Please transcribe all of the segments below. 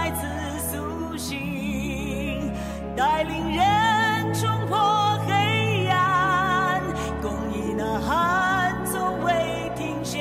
再次苏醒，带领人冲破黑暗，公益呐喊从未停歇，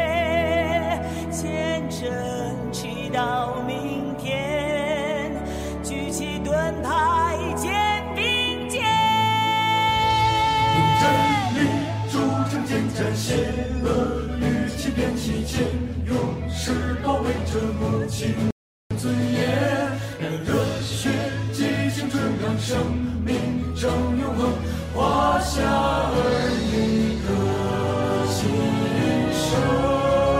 虔诚祈祷明天，举起盾牌肩并肩， 用真理铸成坚战，邪恶与欺骗弃剑，勇士保卫着母亲尊严，让热血激情春让生命正永恒，华夏儿女歌新生。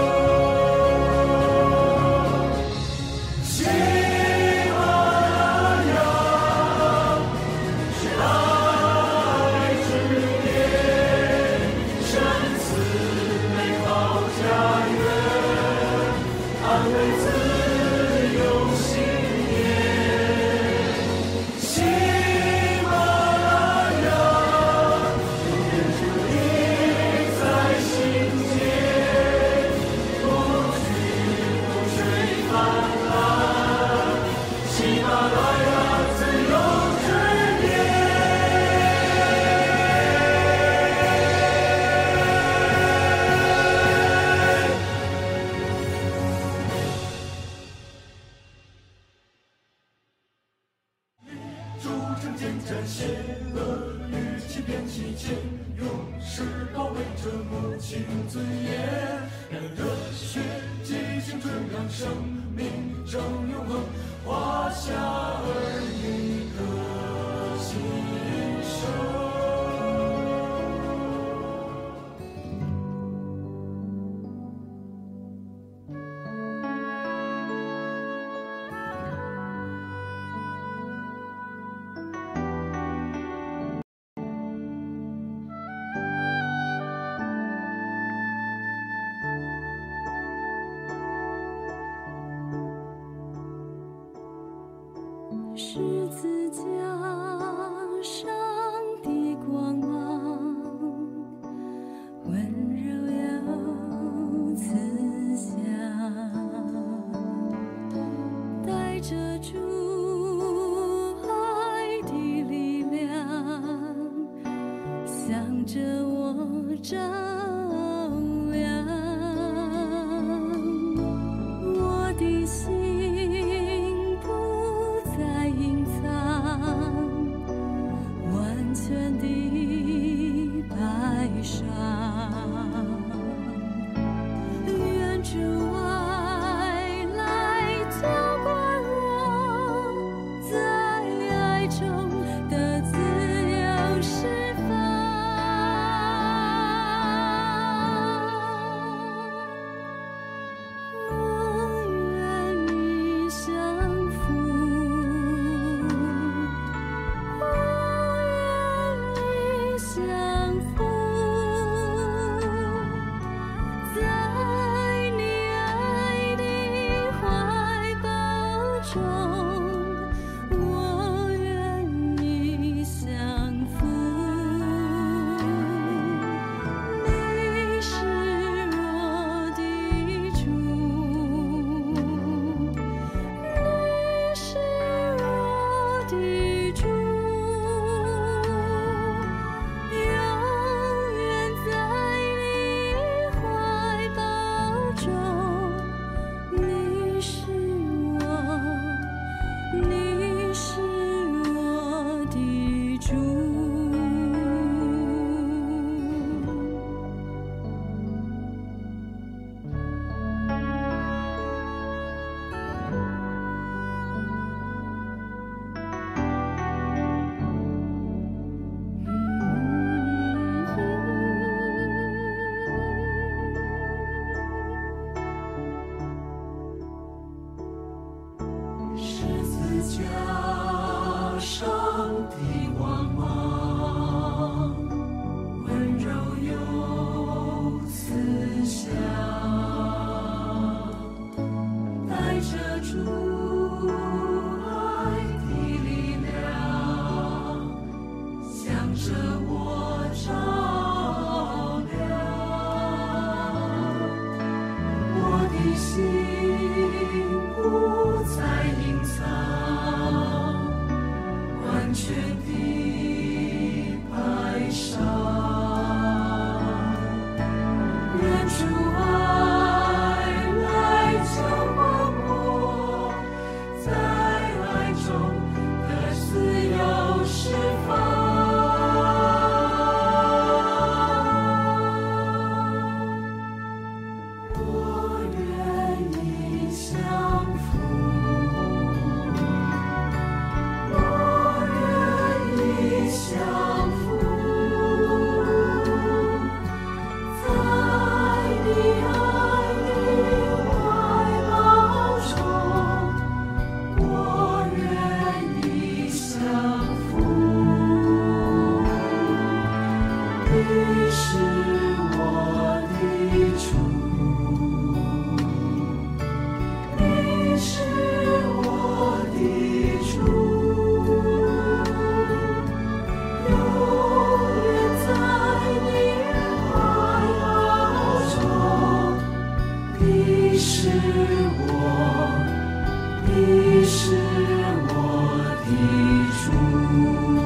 十字架上的光芒，温柔又慈祥，带着主爱的力量，向着我照亮，我的心全的白纱，愿主爱来浇灌我，在爱中的自由释放。我愿意降服。相逢，在你爱的怀抱中，我愿意降服。你是我的主，你是我的主。 家上的光芒，温柔又慈祥，带着主爱的力量，向着我照亮，我的心不再隐我，你是我的主。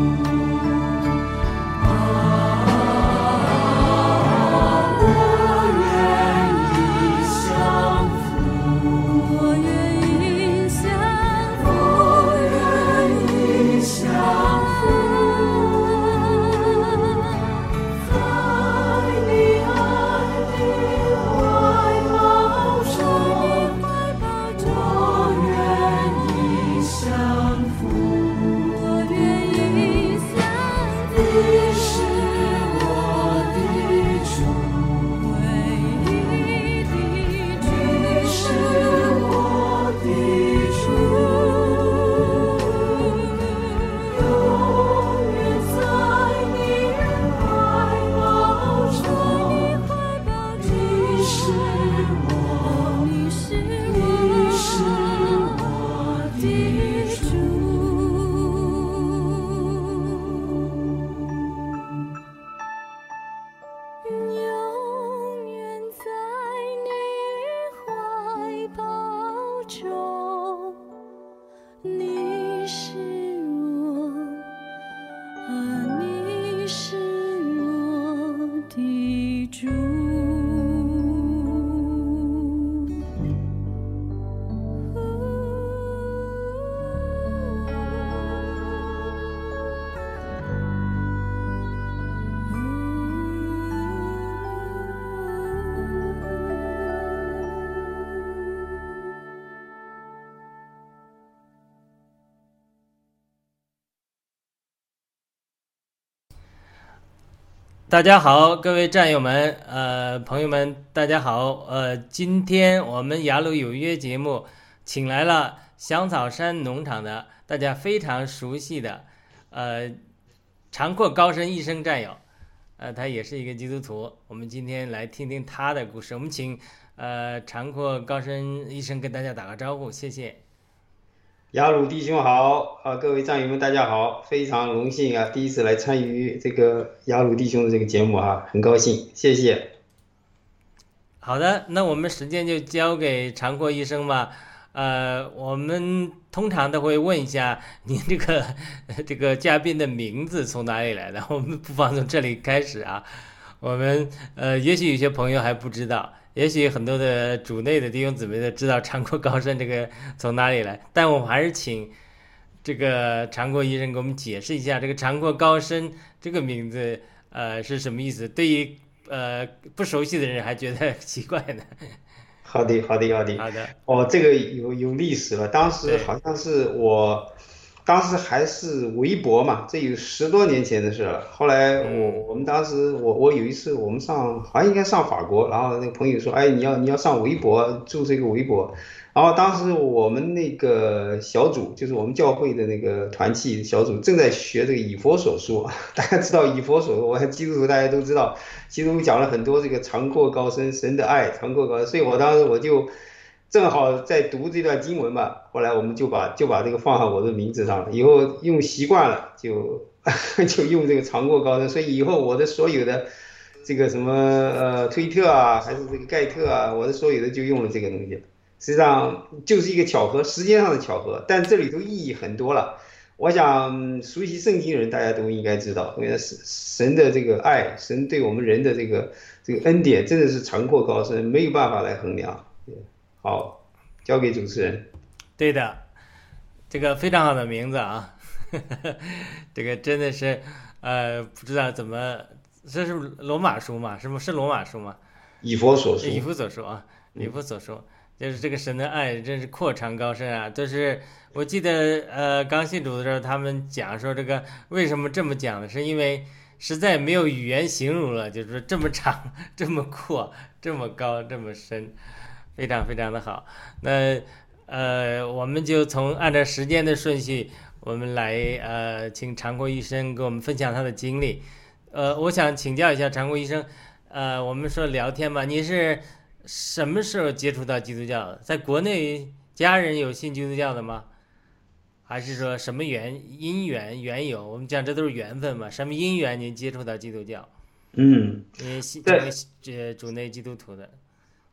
大家好，各位战友们，朋友们，大家好。今天我们雅鲁有约节目，请来了香草山农场的大家非常熟悉的，长阔高深医生战友，他也是一个基督徒。我们今天来听听他的故事。我们请长阔高深医生跟大家打个招呼，谢谢。 雅鲁弟兄好啊，各位战友们大家好，非常荣幸啊，第一次来参与这个雅鲁弟兄的这个节目啊，很高兴，谢谢。 好的，那我们时间就交给长阔医生吧。我们通常都会问一下您这个嘉宾的名字从哪里来的，我们不妨从这里开始啊。我们也许有些朋友还不知道。也许很多的主内的弟兄姊妹都知道长阔高深这个从哪里来，但我们还是请这个长阔医生给我们解释一下这个长阔高深这个名字是什么意思，对于不熟悉的人还觉得奇怪呢。 好的。哦，这个有历史了，当时好像是当时还是微博嘛，这有10多年前的事了。后来我们当时我有一次我们好像应该上法国，然后那个朋友说，哎，你要上微博，注册一个微博。然后当时我们那个小组，就是我们教会的那个团契小组，正在学这个以弗所书。大家知道以弗所书，我看基督徒大家都知道，基督徒讲了很多这个长阔高深，神的爱长阔高深，所以我当时我就正好在读这段经文吧，后来我们就把这个放上我的名字上了，以后用习惯了就用这个长阔高深，所以以后我的所有的这个什么推特啊，还是这个盖特啊，我的所有的就用了这个东西。实际上就是一个巧合，时间上的巧合，但这里头意义很多了。我想熟悉圣经的人大家都应该知道，因为神的这个爱，神对我们人的这个恩典真的是长阔高深，没有办法来衡量。好，交给主持人。 对的，这个非常好的名字啊，这个真的是不知道怎么，这是罗马书吗？是罗马书吗？ 以弗所书。 以弗所书啊，以弗所书。就是这个神的爱真是阔长高深啊！就是我记得刚信主的时候，他们讲说这个为什么这么讲呢？是因为实在没有语言形容了，就是说这么长、这么阔、这么高、这么深，非常非常的好。那我们就按照时间的顺序，我们来请长阔医生给我们分享他的经历。我想请教一下长阔医生，我们说聊天嘛，你是什么时候接触到基督教的？在国内家人有信基督教的吗？还是说什么因缘缘由？我们讲这都是缘分嘛，什么因缘您接触到基督教？你成为主内基督徒的？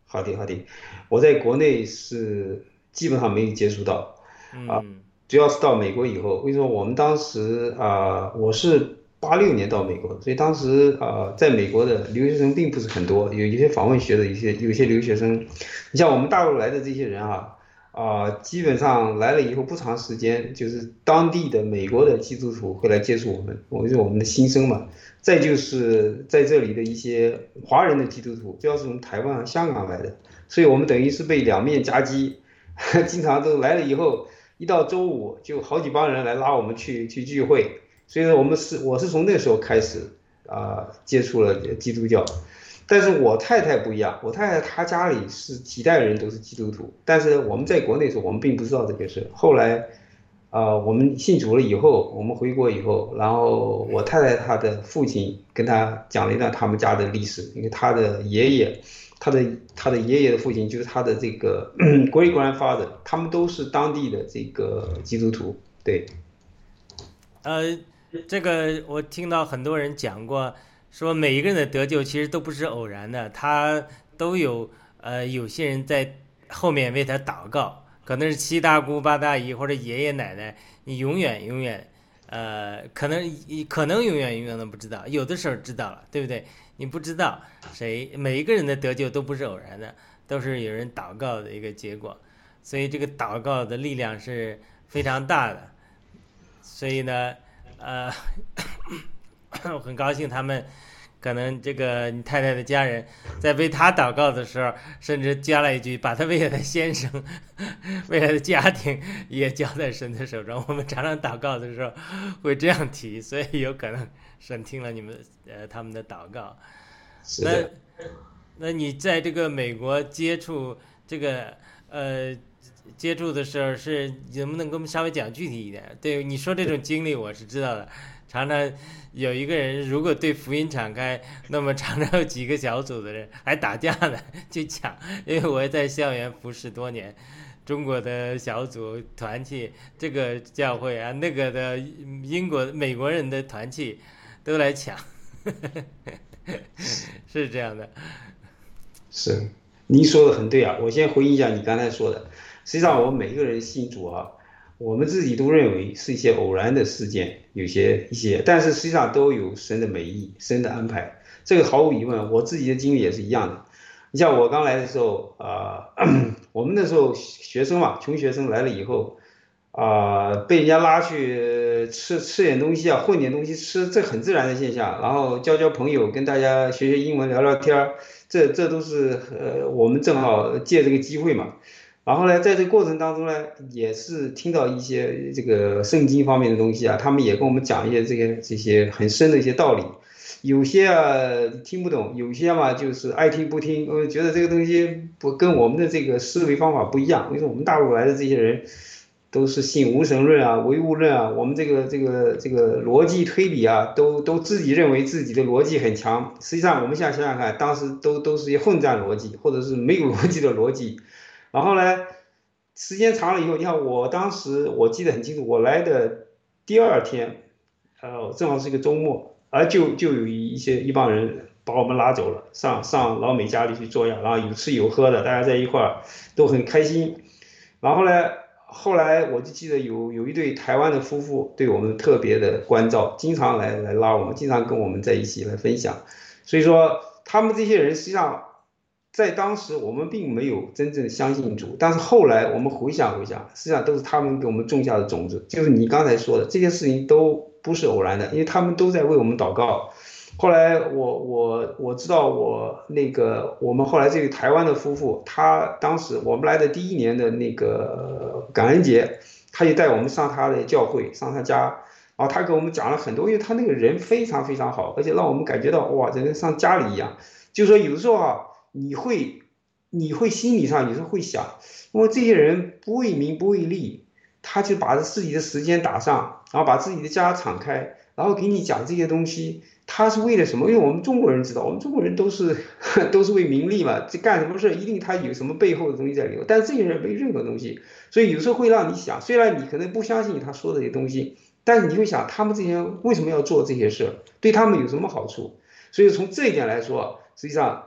好的，好的。我在国内是基本上没有接触到，啊，主要是到美国以后。为什么我们当时我是86年到美国的，所以当时在美国的留学生并不是很多，有一些访问学的有些留学生，你像我们大陆来的这些人基本上来了以后不长时间，就是当地的美国的基督徒会来接触我们，我是我们的新生嘛。再就是在这里的一些华人的基督徒，主要是从台湾和香港来的，所以我们等于是被两面夹击，经常都来了以后，一到周五就好几帮人来拉我们去聚会，所以说我是从那时候开始接触了基督教。但是我太太不一样，我太太她家里是几代人都是基督徒，但是我们在国内的时候，我们并不知道这个事。后来，我们信主了以后，我们回国以后，然后我太太她的父亲跟她讲了一段他们家的历史，因为她的爷爷，她的爷爷的父亲就是她的这个great grandfather，他们都是当地的这个基督徒，对。 这个我听到很多人讲过。说每一个人的得救其实都不是偶然的，他都有有些人在后面为他祷告，可能是七大姑八大姨或者爷爷奶奶，你永远可能永远都不知道，有的时候知道了，对不对？你不知道每一个人的得救都不是偶然的，都是有人祷告的一个结果，所以这个祷告的力量是非常大的。所以呢我很高兴他们可能这个你太太的家人在为他祷告的时候，甚至加了一句，把他未来的先生未来的家庭也交在神的手中。我们常常祷告的时候会这样提，所以有可能神听了你们他们的祷告。那你在这个美国接触这个接触的时候是能不能给我们稍微讲具体一点？对，你说这种经历我是知道的。常常有一个人如果对福音敞开，那么常常有几个小组的人还打架呢，去抢。因为我也在校园服侍多年，中国的小组团契，这个教会那个的美国人的团契都来抢，是这样的。 是，您说的很对啊。我先回应一下你刚才说的。实际上，我们每一个人信主我们自己都认为是一些偶然的事件，一些，但是实际上都有神的美意、神的安排。这个毫无疑问，我自己的经历也是一样的。你像我刚来的时候我们那时候学生嘛，穷学生来了以后被人家拉去吃点东西混点东西吃，这很自然的现象。然后交朋友，跟大家学英文、聊天，这都是我们正好借这个机会嘛。然后呢，在这个过程当中呢，也是听到一些这个圣经方面的东西他们也跟我们讲一些这些很深的一些道理。有些听不懂，有些嘛就是爱听不听，觉得这个东西不跟我们的这个思维方法不一样。因为我们大陆来的这些人都是信无神论唯物论我们这个逻辑推理都自己认为自己的逻辑很强。实际上我们现在想想看，当时都是一些混战逻辑，或者是没有逻辑的逻辑。然后呢，时间长了以后，你看我当时我记得很清楚，我来的第二天，正好是一个周末，就有一帮人把我们拉走了，上老美家里去坐下，然后有吃有喝的，大家在一块儿都很开心。然后呢，后来我就记得有一对台湾的夫妇对我们特别的关照，经常来拉我们，经常跟我们在一起来分享。所以说，他们这些人实际上在当时我们并没有真正相信主，但是后来我们回想，实际上都是他们给我们种下的种子。就是你刚才说的这些事情都不是偶然的，因为他们都在为我们祷告。后来我知道我们后来这个台湾的夫妇，他当时我们来的第一年的那个感恩节，他就带我们上他的教会，上他家，然后他给我们讲了很多，因为他那个人非常非常好，而且让我们感觉到哇，这跟上家里一样。就是说有的时候你会心理上有时候会想，因为这些人不为名不为利，他就把自己的时间打上，然后把自己的家敞开，然后给你讲这些东西，他是为了什么？因为我们中国人知道，我们中国人都是为名利嘛，这干什么事一定他有什么背后的东西在里头，但是这些人没任何东西，所以有时候会让你想，虽然你可能不相信他说的这些东西，但是你会想他们这些人为什么要做这些事，对他们有什么好处？所以从这一点来说，实际上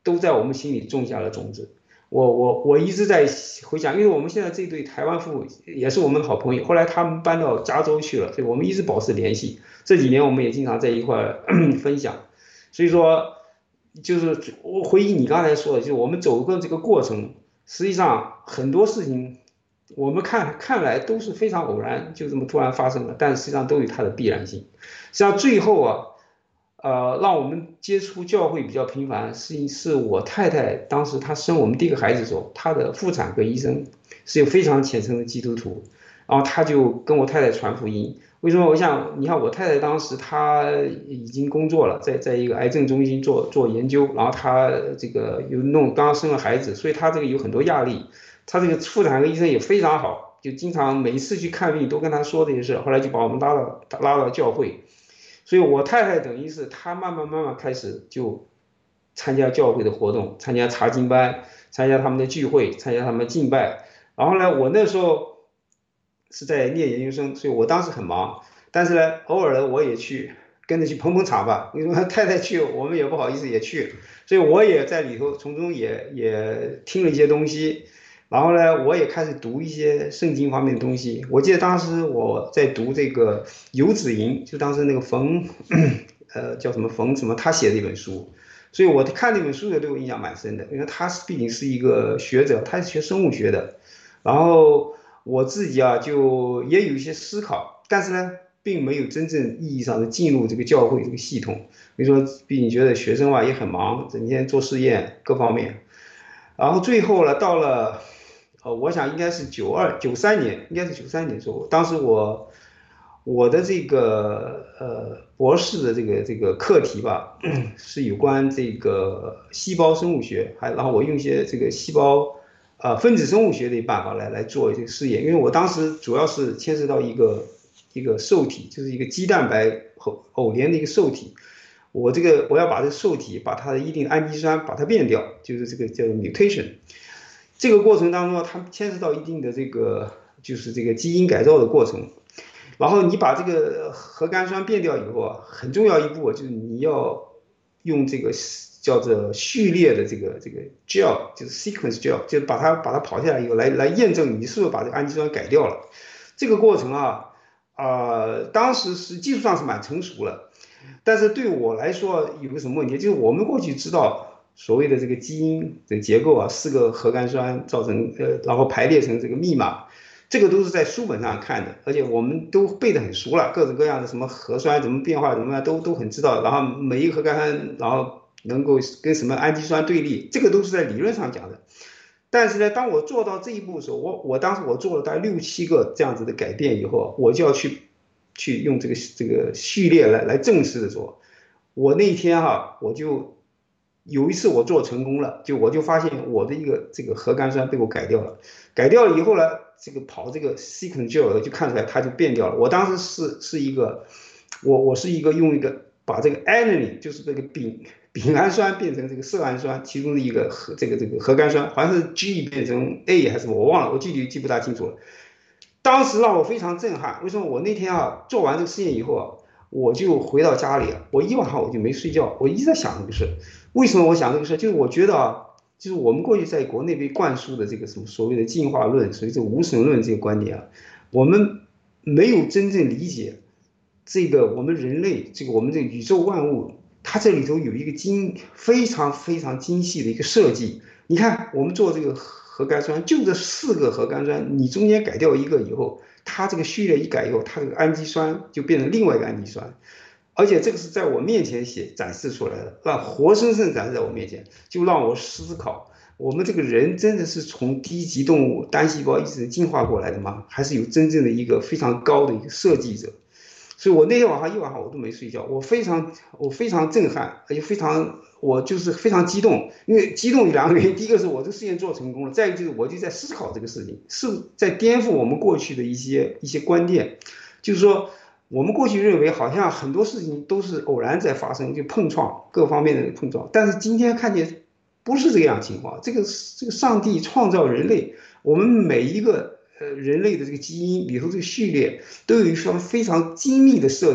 都在我们心里种下了种子。我一直在回想，因为我们现在这对台湾父母也是我们的好朋友，后来他们搬到加州去了，所以我们一直保持联系。这几年我们也经常在一块儿分享，所以说就是我回忆你刚才说的，就是我们走过这个过程，实际上很多事情我们看来都是非常偶然，就这么突然发生了，但实际上都有它的必然性。实际上最后啊。让我们接触教会比较频繁，是我太太当时她生我们第一个孩子的时候，她的妇产科医生是有非常虔诚的基督徒，然后他就跟我太太传福音。为什么？我想，你看我太太当时她已经工作了，在一个癌症中心做研究，然后她这个刚刚生了孩子，所以她这个有很多压力。她这个妇产科医生也非常好，就经常每一次去看病都跟她说这些事，后来就把我们拉到教会。所以我太太等于是她慢慢开始就参加教会的活动，参加查经班，参加他们的聚会，参加他们的敬拜。然后呢，我那时候是在念研究生，所以我当时很忙，但是呢，偶尔呢我也去跟着去捧场吧。因为太太去，我们也不好意思也去，所以我也在里头从中也听了一些东西。然后呢，我也开始读一些圣经方面的东西。我记得当时我在读这个游子吟，就当时那个叫什么冯什么，他写的一本书，所以我看那本书的对我印象蛮深的，因为他毕竟是一个学者，他是学生物学的。然后我自己啊，就也有一些思考，但是呢，并没有真正意义上的进入这个教会这个系统。比如说，毕竟觉得学生嘛也很忙，整天做实验各方面。然后最后呢，到了。我想应该是93年，应该是93年的时候，当时我的这个博士的这个课题吧，是有关这个细胞生物学，然后我用一些这个细胞分子生物学的办法来做这个试验，因为我当时主要是牵涉到一个受体，就是一个肌蛋白偶联的一个受体，我要把这个受体把它的一定氨基酸把它变掉，就是这个叫 mutation。这个过程当中，它牵涉到一定的就是这个基因改造的过程。然后你把这个核苷酸变掉以后啊，很重要一步就是你要用这个叫做序列的这个 gel， 就是 sequence gel， 就是把它跑下来以后来验证你是不是把这个氨基酸改掉了。这个过程啊，当时是技术上是蛮成熟了，但是对我来说有个什么问题，就是我们过去知道。所谓的这个基因的结构啊，4个核苷酸造成然后排列成这个密码，这个都是在书本上看的，而且我们都背得很熟了，各种各样的什么核酸怎么变化怎么样都很知道，然后每一个核苷酸然后能够跟什么氨基酸对立，这个都是在理论上讲的。但是呢，当我做到这一步的时候，我当时我做了大概6、7个这样子的改变以后，我就要去用这个序列来证实的时候，我那天我就。有一次我做成功了，我就发现我的这个核苷酸被我改掉了，改掉了以后呢，这个跑这个 sequence gel 就看出来它就变掉了。我当时是一个，我是用一个把这个 alanine 就是这个丙氨酸变成这个色氨酸，其中的一个这个核苷酸，好像是 G 变成 A 还是我忘了，我具体记不大清楚了。当时让我非常震撼，为什么？我那天做完这个实验以后我就回到家里我一晚上我就没睡觉，我一直在想这个事。为什么我想这个事？就是我觉得就是我们过去在国内被灌输的这个什么所谓的进化论，所谓这无神论这个观点我们没有真正理解这个我们人类我们这个宇宙万物，它这里头有一个非常非常精细的一个设计。你看我们做这个核苷酸，就这4个核苷酸，你中间改掉一个以后，它这个序列一改以后，它这个氨基酸就变成另外一个氨基酸。而且这个是在我面前展示出来的，让活生生展示在我面前，就让我思考，我们这个人真的是从低级动物单细胞一直进化过来的吗？还是有真正的一个非常高的一个设计者？所以我那天晚上一晚上我都没睡觉，我非常震撼，而且我就是非常激动。因为激动有2个原因，第一个是我这个实验做成功了，再一个就是我就在思考这个事情是在颠覆我们过去的一些观念，就是说我们过去认为好像很多事情都是偶然在发生，就碰撞各方面的碰撞，但是今天看见不是这样情况。这个上帝创造人类，我们每一个人类的这个基因里头这个序列都有一双非常精密的设计，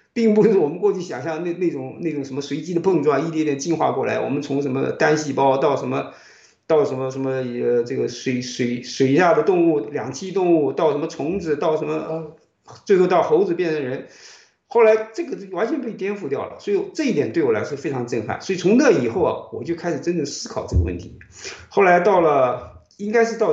并不是我们过去想象那种什么随机的碰撞，一点点进化过来。我们从什么单细胞到什么这个水下的动物、两栖动物，到什么虫子，到什么最后到猴子变成人。后来这个完全被颠覆掉了，所以这一点对我来说非常震撼。所以从那以后啊，我就开始真正思考这个问题。后来到了应该是到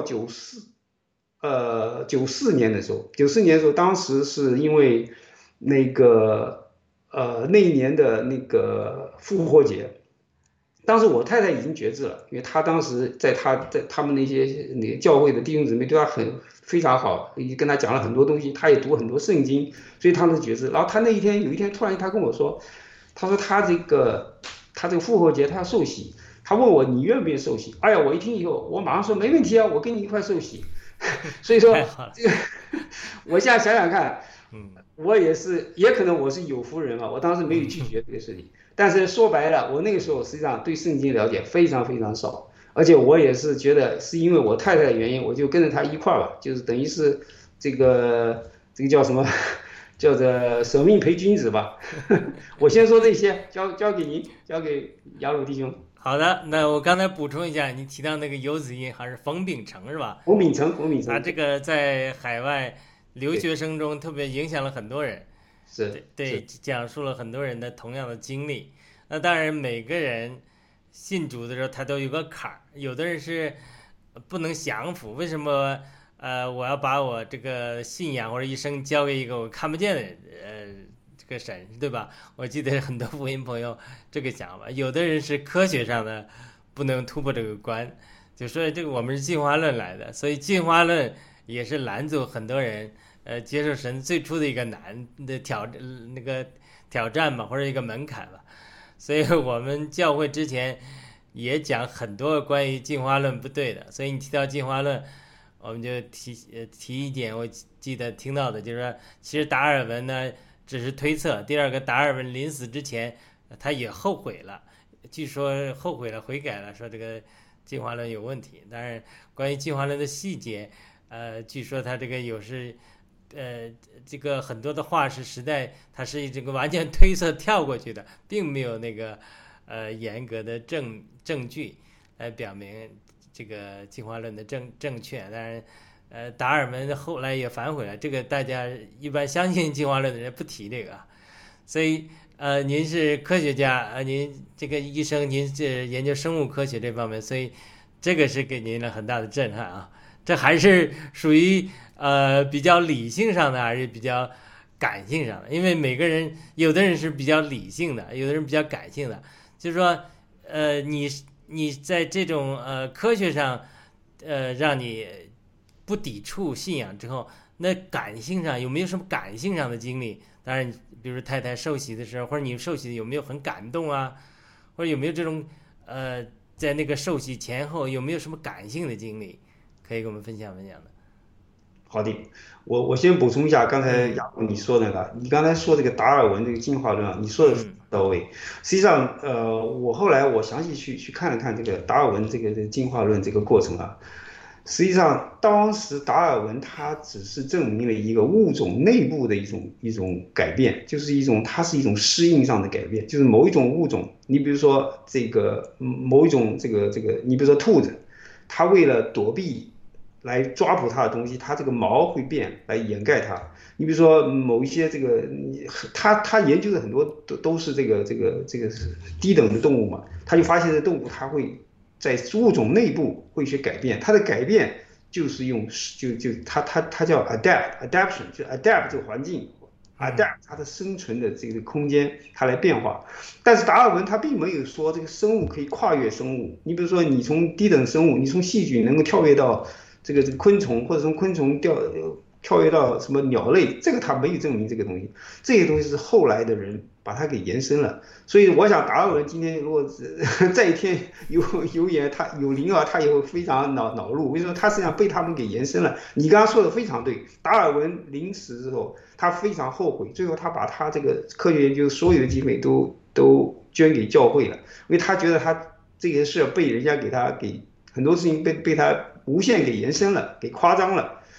94年的时候，94年的时候，当时是因为那个那一年的那个复活节。当时我太太已经决志了，因为她当时在他们那个教会的弟兄姊妹对她非常好，也跟她讲了很多东西，她也读很多圣经，所以她是决志。然后她有一天突然她跟我说，她说她这个复活节她要受洗，她问我你愿不愿意受洗？哎呀，我一听以后，我马上说没问题啊，我跟你一块受洗。所以说这个我现在想想看，我也可能我是有福人啊，我当时没有拒绝这个事情。但是说白了，我那个时候实际上对圣经了解非常非常少，而且我也是觉得是因为我太太的原因，我就跟着她一块儿吧，就是等于是这个叫什么，叫做舍命陪君子吧。我先说这些，交给您，交给雅鲁弟兄。 好的，那我刚才补充一下，你提到那个游子音还是冯秉成是吧？ 冯秉成， 他这个在海外留学生中特别影响了很多人。对，讲述了很多人的同样的经历。那当然，每个人信主的时候，他都有个坎儿。有的人是不能降服，为什么？我要把我这个信仰或者一生交给一个我看不见的这个神，对吧？我记得很多福音朋友这个想法。有的人是科学上的不能突破这个关，就说这个我们是进化论来的，所以进化论也是拦阻很多人。接受神最初的一个难的挑战吧，或者一个门槛吧，所以我们教会之前也讲很多关于进化论不对的，所以你提到进化论，我们就提一点，我记得听到的就是说，其实达尔文呢只是推测。第二个，达尔文临死之前他也后悔了，据说后悔了，悔改了，说这个进化论有问题。当然，关于进化论的细节，据说他这个这个很多的话是实在，它是这个完全推测跳过去的，并没有那个严格的证据来表明这个进化论的正确。当然，达尔文后来也反悔了，这个大家一般相信进化论的人不提这个。所以您是科学家，您这个医生，您是研究生物科学这方面，所以这个是给您了很大的震撼啊。这还是属于比较理性上的，还是比较感性上的？因为每个人，有的人是比较理性的，有的人比较感性的。就是说，你在这种科学上，让你不抵触信仰之后，那感性上有没有什么感性上的经历？当然，比如太太受洗的时候，或者你受洗的有没有很感动啊？或者有没有这种在那个受洗前后有没有什么感性的经历？可以跟我们分享分享的。 好的，我先补充一下刚才雅虎你说那个，你刚才说这个达尔文这个进化论，你说的到位。实际上，我后来我详细去看了看这个达尔文这个进化论这个过程啊。实际上，当时达尔文他只是证明了一个物种内部的一种改变，就是它是一种适应上的改变，就是某一种物种，你比如说这个某一种这个，你比如说兔子，它为了躲避来抓捕它的东西，它这个毛会变来掩盖它。你比如说某一些这个，他研究的很多都是这个低等的动物嘛，他就发现这动物它会在物种内部会去改变，它的改变就是它叫 adaptation， 就 adapt 这个环境，adapt 它的生存的这个空间，它来变化。但是达尔文他并没有说这个生物可以跨越生物。你比如说，你从低等生物，你从细菌能够跳跃到这个昆虫，或者从昆虫跳跃到什么鸟类，这个他没有证明这个东西。这些东西是后来的人把它给延伸了。所以我想达尔文今天如果在天有眼，他有灵啊，他也会非常恼怒。为什么？他实际上被他们给延伸了。你刚刚说的非常对，达尔文临死之后，他非常后悔，最后他把他这个科学研究所有的经费都捐给教会了，因为他觉得他这个事被人家给很多事情被他无限给延伸了，给夸张了。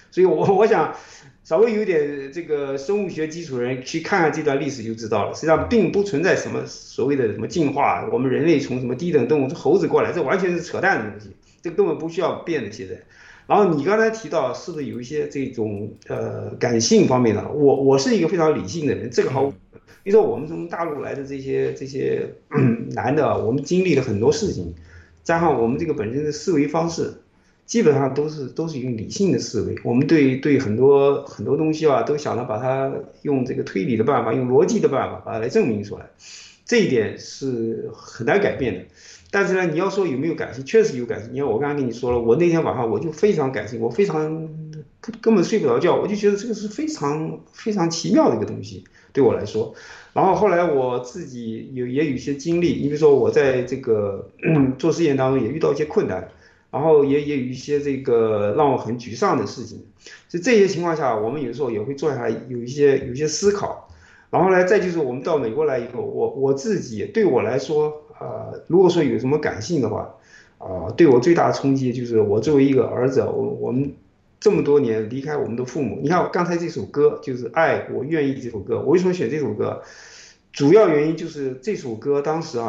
所以我想稍微有点这个生物学基础的人去看看这段历史就知道了，实际上并不存在什么所谓的什么进化，我们人类从什么低等动物从猴子过来，这完全是扯淡的东西，这个根本不需要变的现在。然后你刚才提到是不是有一些这种感性方面的？我是一个非常理性的人，这个好。比如说我们从大陆来的这些男的，我们经历了很多事情，加上我们这个本身的思维方式，基本上都是一个理性的思维。我们对很多东西啊，都想着把它用这个推理的办法，用逻辑的办法把它来证明出来，这一点是很难改变的。但是呢，你要说有没有感性，确实有感性。你看我刚才跟你说了，我那天晚上我就非常感性，我非常根本睡不着觉，我就觉得这个是非常非常奇妙的一个东西对我来说。然后后来我自己也有一些经历，你比如说我在这个做实验当中也遇到一些困难，然后也有一些这个让我很沮丧的事情。所以这些情况下，我们有时候也会坐下来有一些思考。然后呢，再就是我们到美国来以后，我自己对我来说，如果说有什么感性的话，对我最大的冲击就是我作为一个儿子，我们这么多年离开我们的父母。你看刚才这首歌就是《爱我愿意》这首歌，我为什么选这首歌？主要原因就是这首歌当时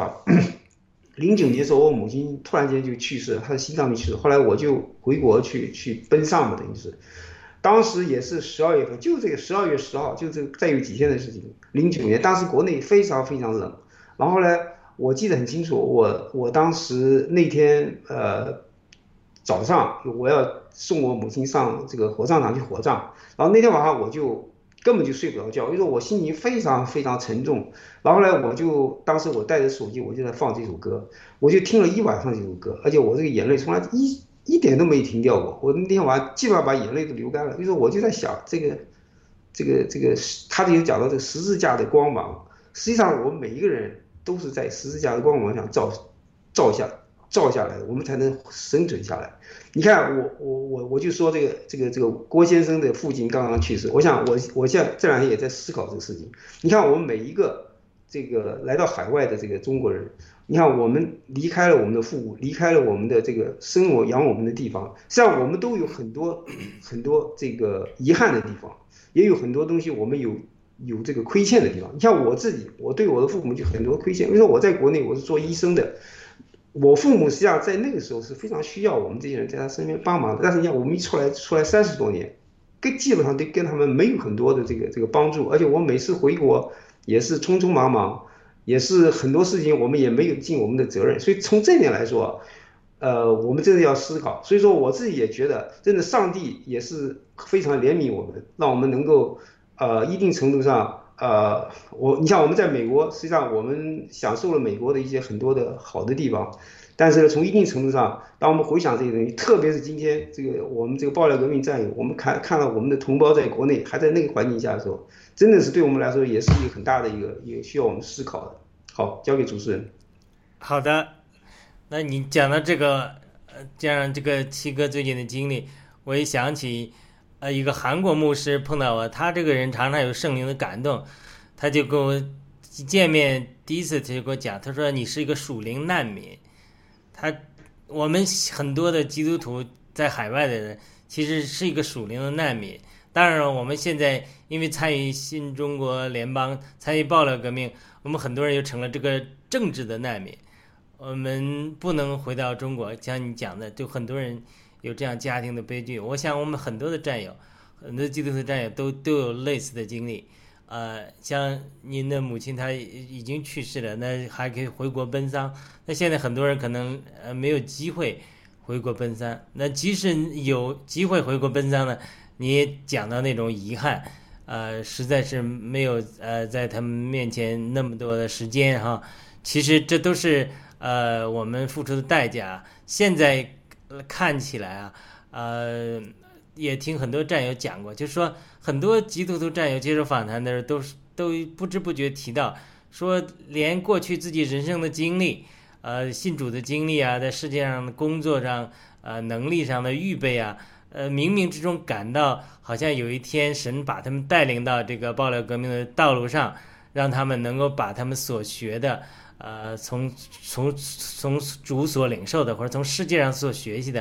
09年的时候，我母亲突然间就去世了，她的心脏病去世。后来我就回国去奔丧嘛，等于是。当时也是12月份，就这个12月10号，就这个再有几天的事情。09年，当时国内非常非常冷，然后呢，我记得很清楚，我当时那天早上我要送我母亲上这个火葬场去火葬，然后那天晚上我就根本就睡不着觉，因为我心情非常非常沉重。然后呢，当时我带着手机，我就在放这首歌，我就听了一晚上这首歌，而且我这个眼泪从来一点都没停掉过。我那天晚上基本上把眼泪都流干了。所以说我就在想，这个，他就讲到这个十字架的光芒，实际上我们每一个人都是在十字架的光芒上照下来，我们才能生存下来。你看我就说这个郭先生的父亲刚刚去世，我想我现在这两天也在思考这个事情。你看我们每一个这个来到海外的这个中国人，你看我们离开了我们的父母，离开了我们的这个生我养我们的地方，实际上我们都有很多这个遗憾的地方，也有很多东西我们有这个亏欠的地方。你像我自己，我对我的父母就很多亏欠。比如说我在国内我是做医生的，我父母实际上在那个时候是非常需要我们这些人在他身边帮忙的。但是你看我们一出来30多年，基本上都跟他们没有很多的这个帮助，而且我每次回国也是匆匆忙忙，也是很多事情我们也没有尽我们的责任。所以从这点来说，我们真的要思考。所以说我自己也觉得，真的上帝也是非常怜悯我们，让我们能够一定程度上你像我们在美国，实际上我们享受了美国的一些很多的好的地方，但是呢，从一定程度上，当我们回想这些东西，特别是今天这个我们这个爆料革命战友，我们看到我们的同胞在国内还在那个环境下的时候，真的是对我们来说也是一个很大的一个需要我们思考的。好，交给主持人。 好的，那你讲到这个，加上这个七哥最近的经历，我也想起。一个韩国牧师碰到我，他这个人常常有圣灵的感动，他就跟我见面第一次他就跟我讲，他说你是一个属灵难民。我们很多的基督徒在海外的人其实是一个属灵的难民。当然了，我们现在因为参与新中国联邦，参与爆料革命，我们很多人又成了这个政治的难民。我们不能回到中国，像你讲的，就很多人有这样家庭的悲剧。我想我们很多的战友，很多基督徒战友都有类似的经历。像您的母亲她已经去世了，那还可以回国奔丧。那现在很多人可能没有机会回国奔丧。那即使有机会回国奔丧呢，你也讲到那种遗憾，实在是没有在他们面前那么多的时间哈。其实这都是我们付出的代价。现在看起来也听很多战友讲过，就是说很多基督徒战友接受访谈的时候都不知不觉提到，说连过去自己人生的经历，信主的经历啊，在世界上的工作上，能力上的预备啊，冥冥之中感到好像有一天神把他们带领到这个爆料革命的道路上，让他们能够把他们所学的，从主所领受的，或者从世界上所学习的，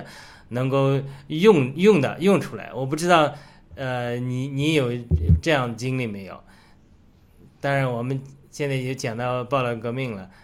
能够用出来。我不知道，你有这样的经历没有？当然，我们现在也讲到报道革命了，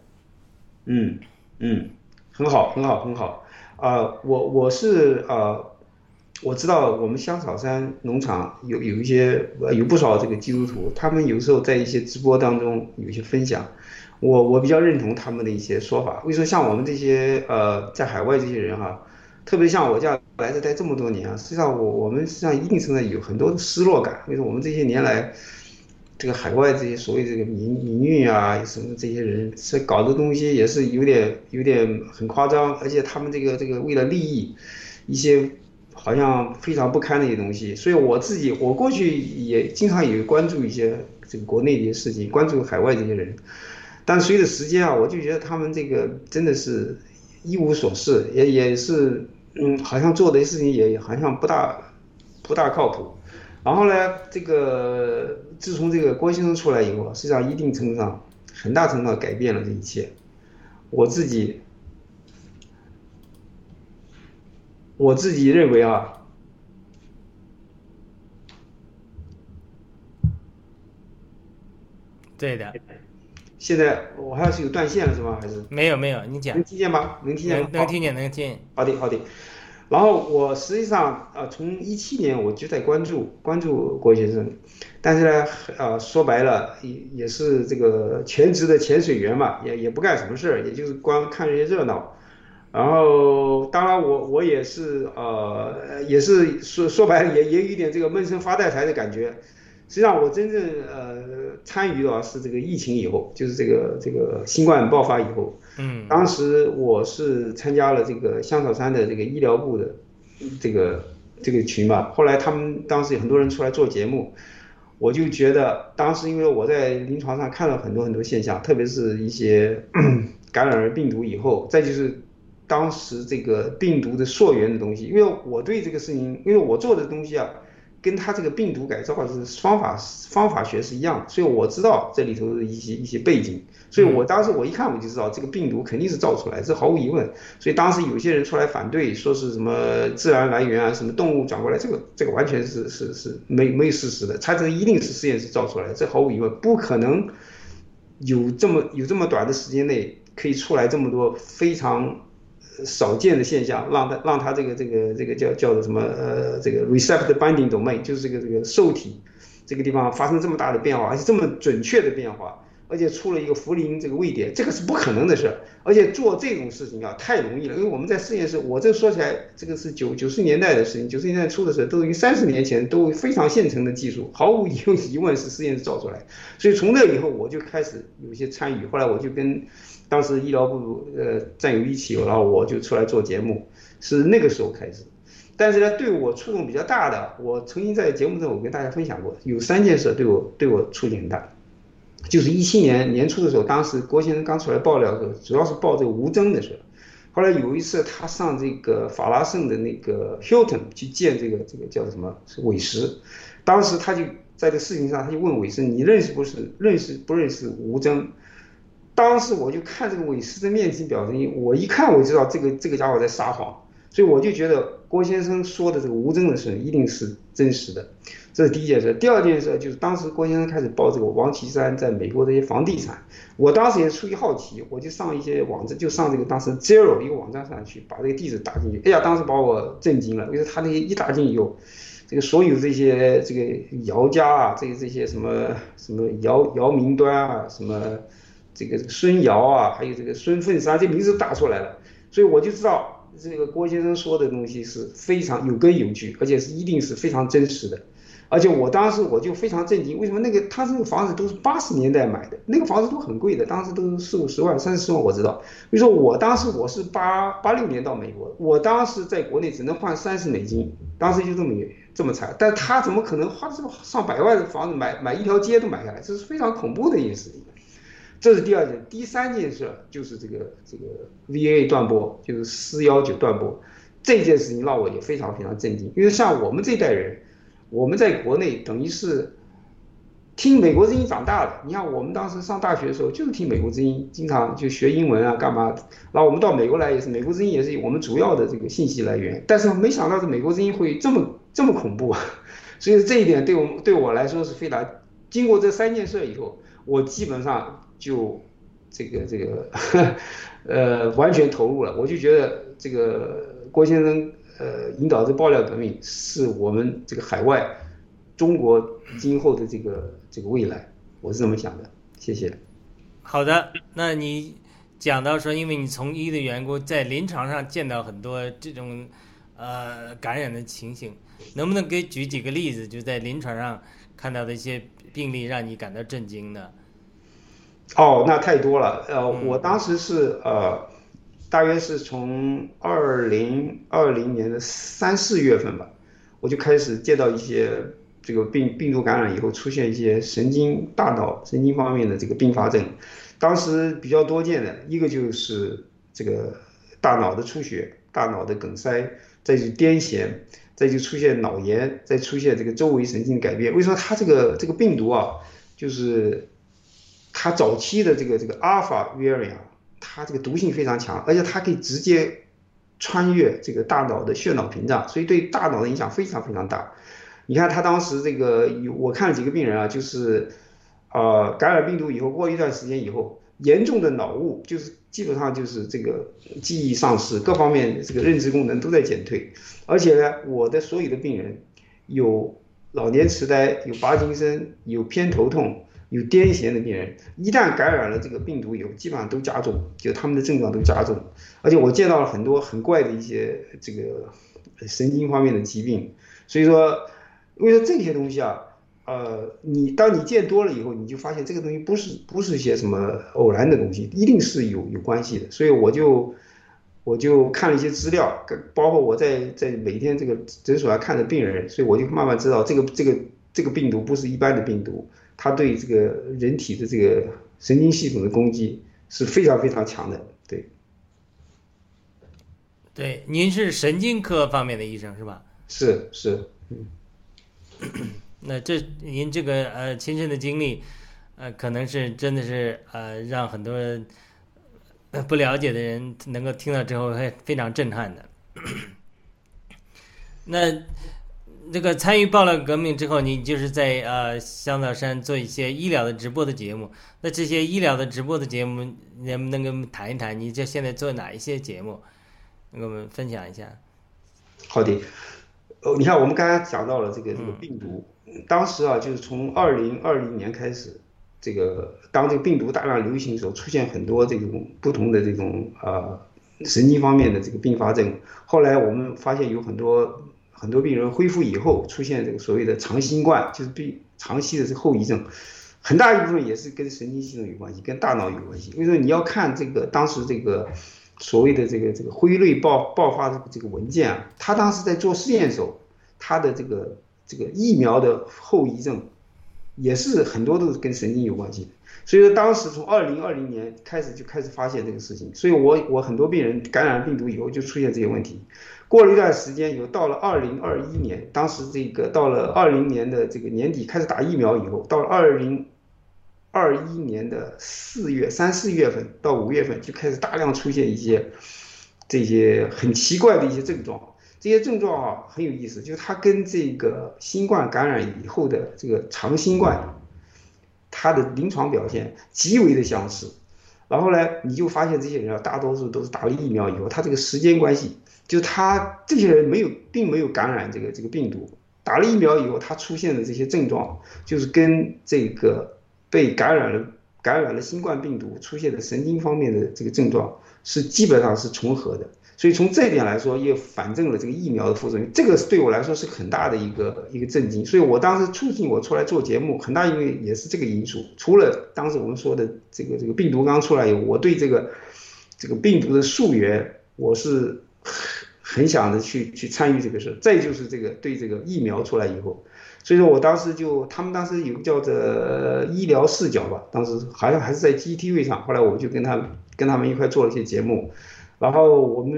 很好，很好，很好。我是我知道我们香草山农场有一些有不少这个基督徒，他们有时候在一些直播当中有一些分享，我比较认同他们的一些说法。为什么像我们这些在海外这些人哈，特别像我这样来这待这么多年啊，实际上我们实际上一定程度有很多的失落感。为什么我们这些年来这个海外这些所谓这个民运啊什么这些人，是搞的东西也是有点很夸张，而且他们这个为了利益一些好像非常不堪的一些东西。所以我过去也经常也关注一些这个国内的一些事情，关注海外这些人，但随着时间啊，我就觉得他们这个真的是一无所事，也是好像做的事情也好像不大靠谱。然后呢，这个自从这个郭先生出来以后，实际上一定程度上很大程度上改变了这一切。我自己认为啊， 对的。 现在我还是有断线了是吗？还是没有，你讲。 能听见吗？能听见吗？ 能听见。 好的。然后我实际上从2017年我就在关注郭先生，但是呢说白了也是这个全职的潜水员嘛，也不干什么事儿，也就是光看这些热闹。然后当然我也是也是说白了也有一点这个闷声发大财的感觉。实际上我真正参与的是这个疫情以后，就是这个新冠爆发以后。当时我是参加了这个香草山的这个医疗部的这个群嘛，后来他们当时有很多人出来做节目，我就觉得当时因为我在临床上看了很多现象，特别是一些感染了病毒以后，再就是当时这个病毒的溯源的东西，因为我对这个事情，因为我做的东西啊跟他这个病毒改造是方法学是一样的，所以我知道这里头的一些背景。所以我当时我一看我就知道这个病毒肯定是造出来，这毫无疑问。所以当时有些人出来反对，说是什么自然来源啊，什么动物转过来，这个完全是没有事实的，它这个一定是实验室造出来的，这毫无疑问，不可能有这么短的时间内可以出来这么多非常少见的现象，让它这个叫做什么这个 receptor binding domain， 就是这个受体这个地方发生这么大的变化，而且这么准确的变化。而且出了一个茯苓这个位点，这个是不可能的事。而且做这种事情啊，太容易了。因为我们在实验室，我这说起来，这个是90年代的事情，90年代初的时候，都已经30年前，都非常现成的技术，毫无疑问是实验室造出来。所以从那以后，我就开始有些参与。后来我就跟当时医疗部战友一起，然后我就出来做节目，是那个时候开始。但是呢，对我触动比较大的，我曾经在节目中我跟大家分享过，有3件事对我触动很大。就是2017年年初的时候，当时郭先生刚出来爆料的时候，主要是报这个无针的事。后来有一次他上这个法拉盛的那个 Hilton 去见这个叫什么是韦石，当时他就在这个事情上他就问韦石，你认识不认识无针？当时我就看这个韦石的面情表情，我一看我就知道这个家伙在撒谎，所以我就觉得郭先生说的这个无针的事一定是真实的。这是第一件事。第二件事就是当时郭先生开始报这个王岐山在美国的一些房地产，我当时也出于好奇，我就上一些网站，就上这个当时 Zero 一个网站上去，把这个地址打进去。哎呀，当时把我震惊了，因为他那些一打进以后，这个所有这些这个姚家啊，这些什么姚明端啊，什么这个孙姚啊，还有这个孙凤山，这名字打出来了，所以我就知道这个郭先生说的东西是非常有根有据，而且是一定是非常真实的。而且我当时我就非常震惊，为什么他这个房子都是80年代买的，那个房子都很贵的，当时都是40-50万、30万，我知道。比如说我当时我是86年到美国，我当时在国内只能换$30，当时就这么惨，但他怎么可能花这么上百万的房子买一条街都买下来，这是非常恐怖的一件事情。这是第二件。第三件事就是这个 VA 断拨，就是419断拨，这件事情让我也非常非常震惊，因为像我们这代人。我们在国内等于是听美国之音长大的。你看我们当时上大学的时候就是听美国之音，经常就学英文啊干嘛的。然后我们到美国来也是，美国之音也是我们主要的这个信息来源。但是没想到这美国之音会这么恐怖，所以这一点对我来说是非常。经过这3件事以后，我基本上就完全投入了。我就觉得这个郭先生引导这爆料革命是我们这个海外中国今后的这个未来，我是这么想的。谢谢。 好的，那你讲到说，因为你从医的缘故，在临床上见到很多这种感染的情形，能不能给举几个例子，就在临床上看到的一些病例让你感到震惊呢？ 哦，那太多了。我当时是大约是从2020年的3、4月份吧，我就开始见到一些这个病毒感染以后出现一些大脑神经方面的这个并发症。当时比较多见的一个就是这个大脑的出血、大脑的梗塞，再就癫痫，再就出现脑炎，再出现这个周围神经改变。为什么它这个病毒啊，就是它早期的这个阿尔法 variant， 它这个毒性非常强，而且它可以直接穿越这个大脑的血脑屏障，所以对大脑的影响非常非常大。你看他当时我看了几个病人啊，就是感染病毒以后，过一段时间以后，严重的脑雾，就是基本上就是这个记忆丧失，各方面这个认知功能都在减退。而且呢，我的所有的病人有老年痴呆，有帕金森，有偏头痛，有癫痫的病人，一旦感染了这个病毒以后，基本上都加重，就他们的症状都加重。而且我见到了很多很怪的一些这个神经方面的疾病。所以说，因为这些东西啊，当你见多了以后，你就发现这个东西不是一些什么偶然的东西，一定是有关系的。所以我就看了一些资料，包括我在每天这个诊所上看的病人，所以我就慢慢知道这个病毒不是一般的病毒，它对这个人体的这个神经系统的攻击是非常非常强的。 对，您是神经科方面的医生是吧？ 是。 那您这个亲身的经历，可能是真的是让很多不了解的人能够听到之后会非常震撼的。那这个参与爆料革命之后，你就是在香草山做一些医疗的直播的节目。那这些医疗的直播的节目，能不能跟我们谈一谈？你这现在做哪一些节目，能跟我们分享一下？ 好的。你看我们刚才讲到了这个病毒，当时啊，就是从2020年开始，当这个病毒大量流行的时候，出现很多这种不同的这种神经方面的这个并发症。后来我们发现有很多病人恢复以后，出现这个所谓的长新冠，就是长期的这个后遗症，很大一部分也是跟神经系统有关系，跟大脑有关系。因为说你要看当时这个所谓的这个辉瑞爆发的这个文件啊，他当时在做试验的时候，他的这个疫苗的后遗症也是很多都是跟神经有关系的。所以说当时从2020年开始就开始发现这个事情，所以我很多病人感染病毒以后就出现这些问题。过了一段时间，到了2021年，当时到了20年的这个年底开始打疫苗以后，到了2021年的3、4月份到5月份就开始大量出现这些很奇怪的一些症状。这些症状啊很有意思，就是它跟这个新冠感染以后的这个长新冠，它的临床表现极为的相似。然后呢，你就发现这些人啊，大多数都是打了疫苗以后，他这个时间关系，就是这些人并没有感染这个病毒，打了疫苗以后，他出现的这些症状，就是跟这个被感染了新冠病毒出现的神经方面的这个症状是基本上是重合的。所以从这一点来说，也反证了这个疫苗的副作用。这个对我来说是很大的一个震惊。所以我当时促进我出来做节目，很大因为也是这个因素。除了当时我们说的这个病毒刚出来以后，我对这个病毒的溯源，我是很想的去参与这个事。再就是对这个疫苗出来以后，所以说我当时他们当时有个叫做医疗视角吧，当时好像还是在 GTV 上，后来我就跟他们一块做了一些节目。然后我们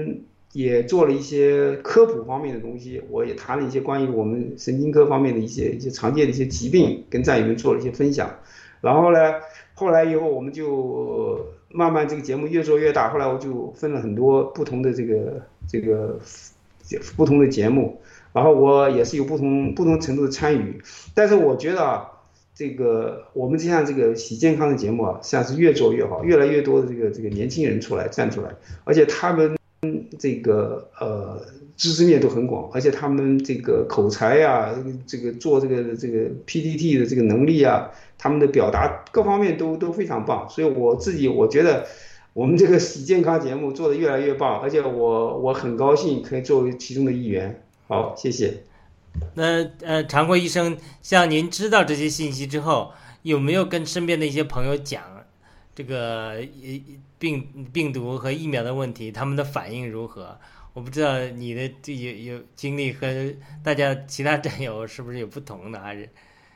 也做了一些科普方面的东西，我也谈了一些关于我们神经科方面的一些常见的一些疾病，跟战友们做了一些分享。然后呢，后来以后我们就慢慢这个节目越做越大，后来我就分了很多不同的这个不同的节目，然后我也是有不同程度的参与。但是我觉得啊，这个我们这个喜健康的节目啊，实际上是越做越好，越来越多的这个年轻人站出来，而且他们这个知识面都很广，而且他们这个口才呀，这个做这个 PPT 的这个能力啊，他们的表达各方面都非常棒。所以我觉得我们这个喜健康节目做得越来越棒，而且我很高兴可以作为其中的一员。好，谢谢。 那常国医生，像您知道这些信息之后，有没有跟身边的一些朋友讲这个病毒和疫苗的问题，他们的反应如何？我不知道你的有经历和大家其他战友是不是有不同的，还是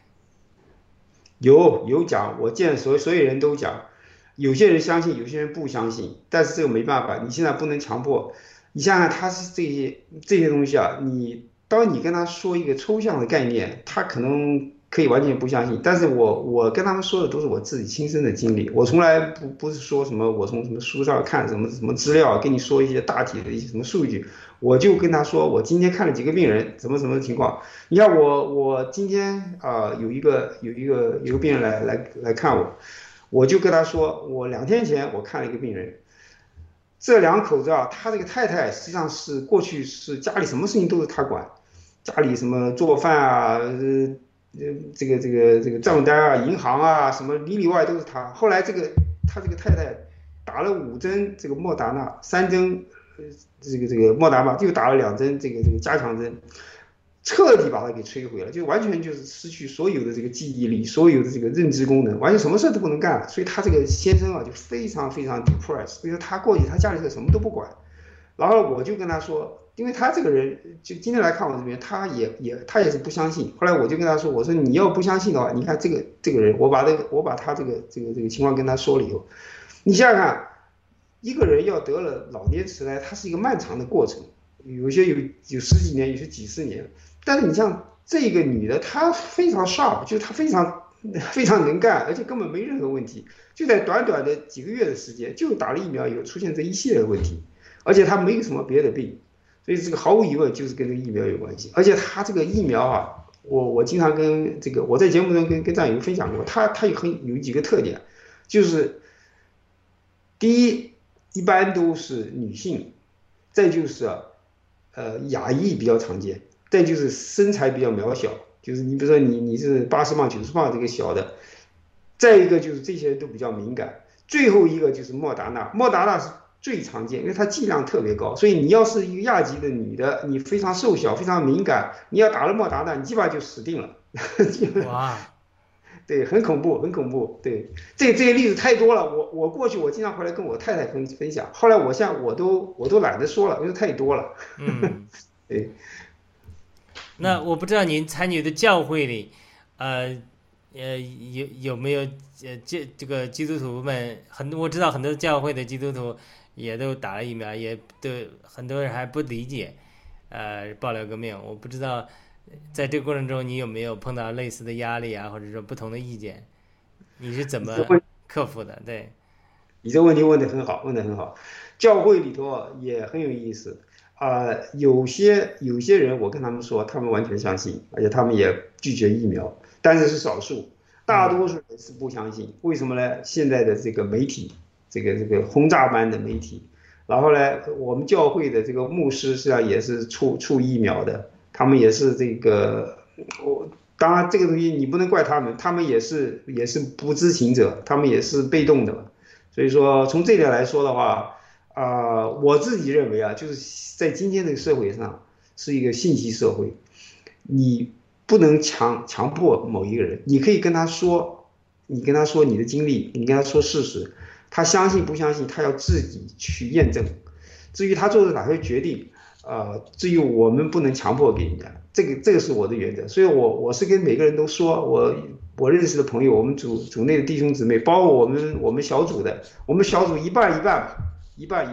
有讲，我见所有人都讲，有些人相信，有些人不相信，但是这个没办法，你现在不能强迫。你想想，他是这些东西啊，当你跟他说一个抽象的概念，他可能可以完全不相信。但是我跟他们说的都是我自己亲身的经历，我从来不是说什么我从什么书上看什么资料，跟你说一些大体的一些什么数据，我就跟他说我今天看了几个病人，什么情况。你看我今天有一个病人来看我，我就跟他说，我2天前我看了一个病人。这2口子啊，他这个太太实际上是过去是家里什么事情都是他管，家里什么做饭啊，这个账单啊，银行啊，什么里外都是他。后来他这个太太打了5针这个莫达纳，3针这个莫达纳，又打了2针这个加强针，彻底把他给摧毁了，就完全就是失去所有的这个记忆力，所有的这个认知功能，完全什么事都不能干了。所以他这个先生啊，就非常非常 depressed， 所以说他过去他家里头什么都不管。然后我就跟他说，因为他这个人就今天来看我这边，他也是不相信。后来我就跟他说，我说你要不相信的话，你看这个人，我把他这个情况跟他说了以后，你想想看，一个人要得了老年痴呆，它是一个漫长的过程，有些有10几年，有些几十年。但是你像这个女的，她非常 sharp， 就是她非常能干，而且根本没任何问题，就在短短的几个月的时间，就打了疫苗以后出现这一系列的问题，而且她没有什么别的病，所以这个毫无疑问就是跟这个疫苗有关系。而且她这个疫苗啊，我经常跟我在节目中跟战友分享过，她有几个特点，就是第一，一般都是女性，再就是亚裔比较常见。再就是身材比较渺小，就是你比如说你是80磅90磅这个小的，再一个就是这些人都比较敏感，最后一个就是莫达纳是最常见，因为它剂量特别高，所以你要是一个亚籍的女的，你非常瘦小非常敏感，你要打了莫达纳，你基本上就死定了。 哇， 对，很恐怖。对，这些例子太多了，我过去我经常回来跟我太太分享，后来我都懒得说了，因为太多了。对。 那我不知道您参与的教会里，有没有这个基督徒们我知道很多教会的基督徒也都打了疫苗，也都很多人还不理解，爆料革命。我不知道在这个过程中你有没有碰到类似的压力啊，或者说不同的意见，你是怎么克服的？对， 你这个问题问得很好。教会里头也很有意思。有些人我跟他们说，他们完全相信，而且他们也拒绝疫苗，但是少数，大多数人是不相信。为什么呢？现在的这个媒体，这个轰炸般的媒体，然后呢，我们教会的这个牧师实际上也是出疫苗的，他们也是当然这个东西你不能怪他们，他们也是不知情者，他们也是被动的。所以说从这点来说的话。我自己认为啊，就是在今天这个社会上是一个信息社会，你不能强迫某一个人，你可以跟他说你的经历，你跟他说事实，他相信不相信，他要自己去验证。至于他做的哪些决定，至于我们不能强迫给人家，这个是我的原则。所以我是跟每个人都说，我认识的朋友，我们组内的弟兄姊妹，包括我们小组的，我们小组一半一半吧。一半，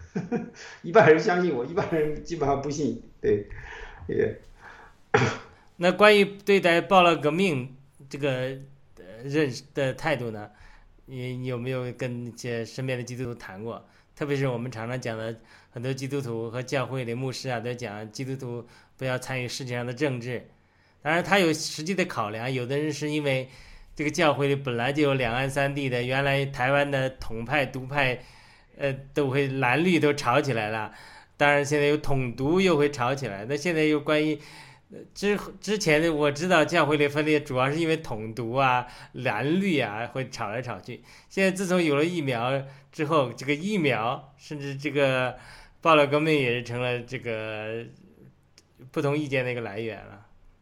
一半人相信我，一半人基本上不信。对，也。 那关于对待爆料革命这个认识的态度呢？你有没有跟一些身边的基督徒谈过？特别是我们常常讲的，很多基督徒和教会里牧师啊，都讲基督徒不要参与世界上的政治。当然，他有实际的考量。有的人是因为这个教会里本来就有两岸三地的，原来台湾的统派、独派，都会蓝绿都吵起来了。当然，现在有统独又会吵起来。那现在又关于之前的我知道教会里分裂主要是因为统独啊、蓝绿啊会吵来吵去。现在自从有了疫苗之后，这个疫苗甚至这个爆料革命也是成了这个不同意见的一个来源了。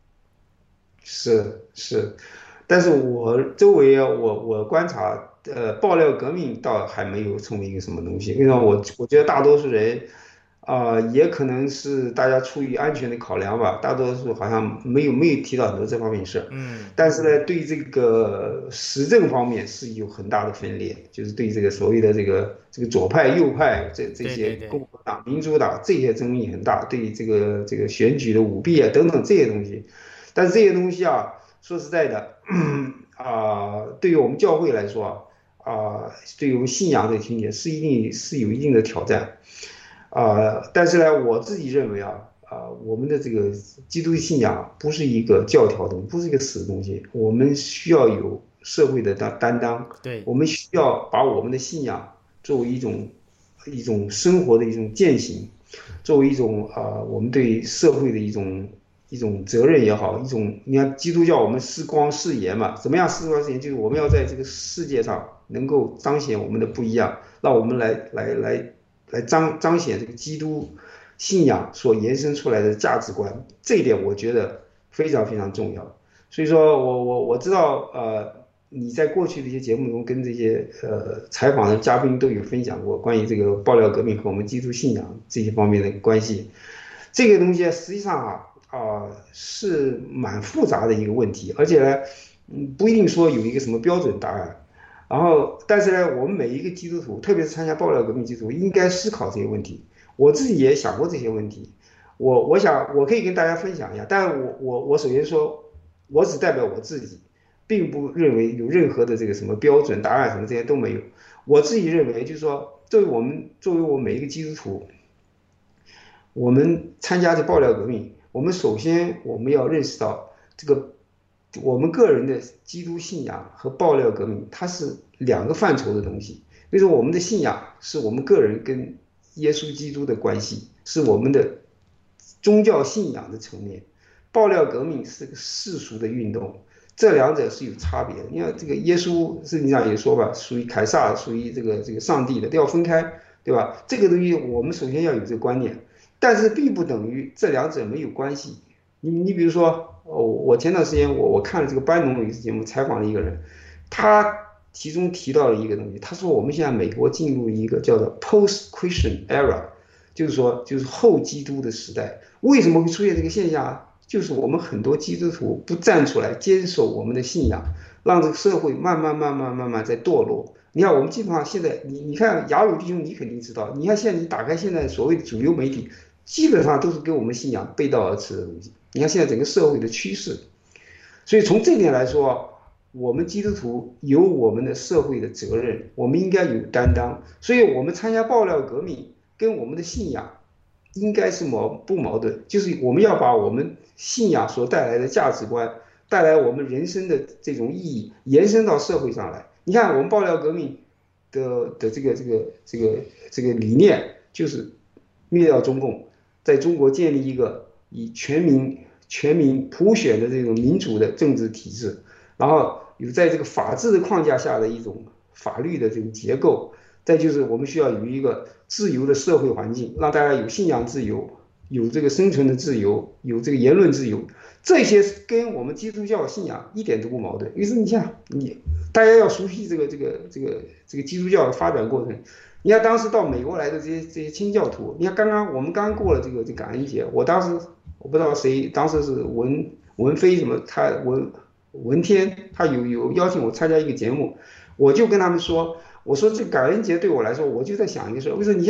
是，但是我周围我观察，爆料革命倒还没有成为一个什么东西。为什么我觉得大多数人，也可能是大家出于安全的考量吧，大多数好像没有提到很多这方面事。但是呢，对这个时政方面是有很大的分裂，就是对这个所谓的这个左派右派这些共和党、民主党这些争议很大，对这个选举的舞弊啊等等这些东西。但是这些东西啊，说实在的，对于我们教会来说对于我们信仰这个情节是有一定的挑战。但是呢，我自己认为我们的这个基督信仰不是一个教条东西，不是一个死的东西，我们需要有社会的担当。 对，我们需要把我们的信仰作为一种生活的一种践行，作为一种我们对社会的一种责任也好，你看基督教我们是光是盐嘛，怎么样是光是盐？就是我们要在这个世界上能够彰显我们的不一样，让我们来彰显这个基督信仰所延伸出来的价值观，这一点我觉得非常非常重要。所以说我知道你在过去的一些节目中跟这些采访的嘉宾都有分享过关于这个爆料革命和我们基督信仰这些方面的关系。这个东西实际上是蛮复杂的一个问题，而且呢不一定说有一个什么标准答案。然后，但是呢，我们每一个基督徒，特别是参加爆料革命基督徒，应该思考这些问题。我自己也想过这些问题，我想我可以跟大家分享一下。但我首先说，我只代表我自己，并不认为有任何的这个什么标准答案什么这些都没有。我自己认为就是说，作为我们每一个基督徒，我们参加这爆料革命，我们首先我们要认识到这个。我们个人的基督信仰和爆料革命，它是两个范畴的东西。比如说，我们的信仰是我们个人跟耶稣基督的关系，是我们的宗教信仰的层面；爆料革命是个世俗的运动，这两者是有差别的。你看，这个耶稣圣经上也说吧，属于凯撒，属于这个上帝的，都要分开，对吧？这个东西我们首先要有这个观念，但是并不等于这两者没有关系。你比如说。我前段时间我看了这个班农的一次节目，采访了一个人，他其中提到了一个东西，他说我们现在美国进入一个叫做 post-Christian era， 就是后基督的时代。为什么会出现这个现象？就是我们很多基督徒不站出来坚守我们的信仰，让这个社会慢慢在堕落。你看我们基本上现在你看雅鲁弟兄，你肯定知道，你看现在你打开现在所谓的主流媒体，基本上都是跟我们信仰背道而驰的东西。你看现在整个社会的趋势，所以从这点来说，我们基督徒有我们的社会的责任，我们应该有担当。所以我们参加爆料革命跟我们的信仰应该是不矛盾，就是我们要把我们信仰所带来的价值观，带来我们人生的这种意义延伸到社会上来。你看我们爆料革命的这个理念就是灭掉中共，在中国建立一个以全民普选的这种民主的政治体制，然后有在这个法治的框架下的一种法律的这种结构，再就是我们需要有一个自由的社会环境，让大家有信仰自由，有这个生存的自由，有这个言论自由，这些跟我们基督教信仰一点都不矛盾。于是你像大家要熟悉这个基督教的发展过程。你看当时到美国来的这些清教徒，你看我们刚过了这个感恩节，我当时我不知道谁，当时是文飞什么，他文天他有邀请我参加一个节目，我就跟他们说，我说这感恩节对我来说，我就在想一个事，为什么你看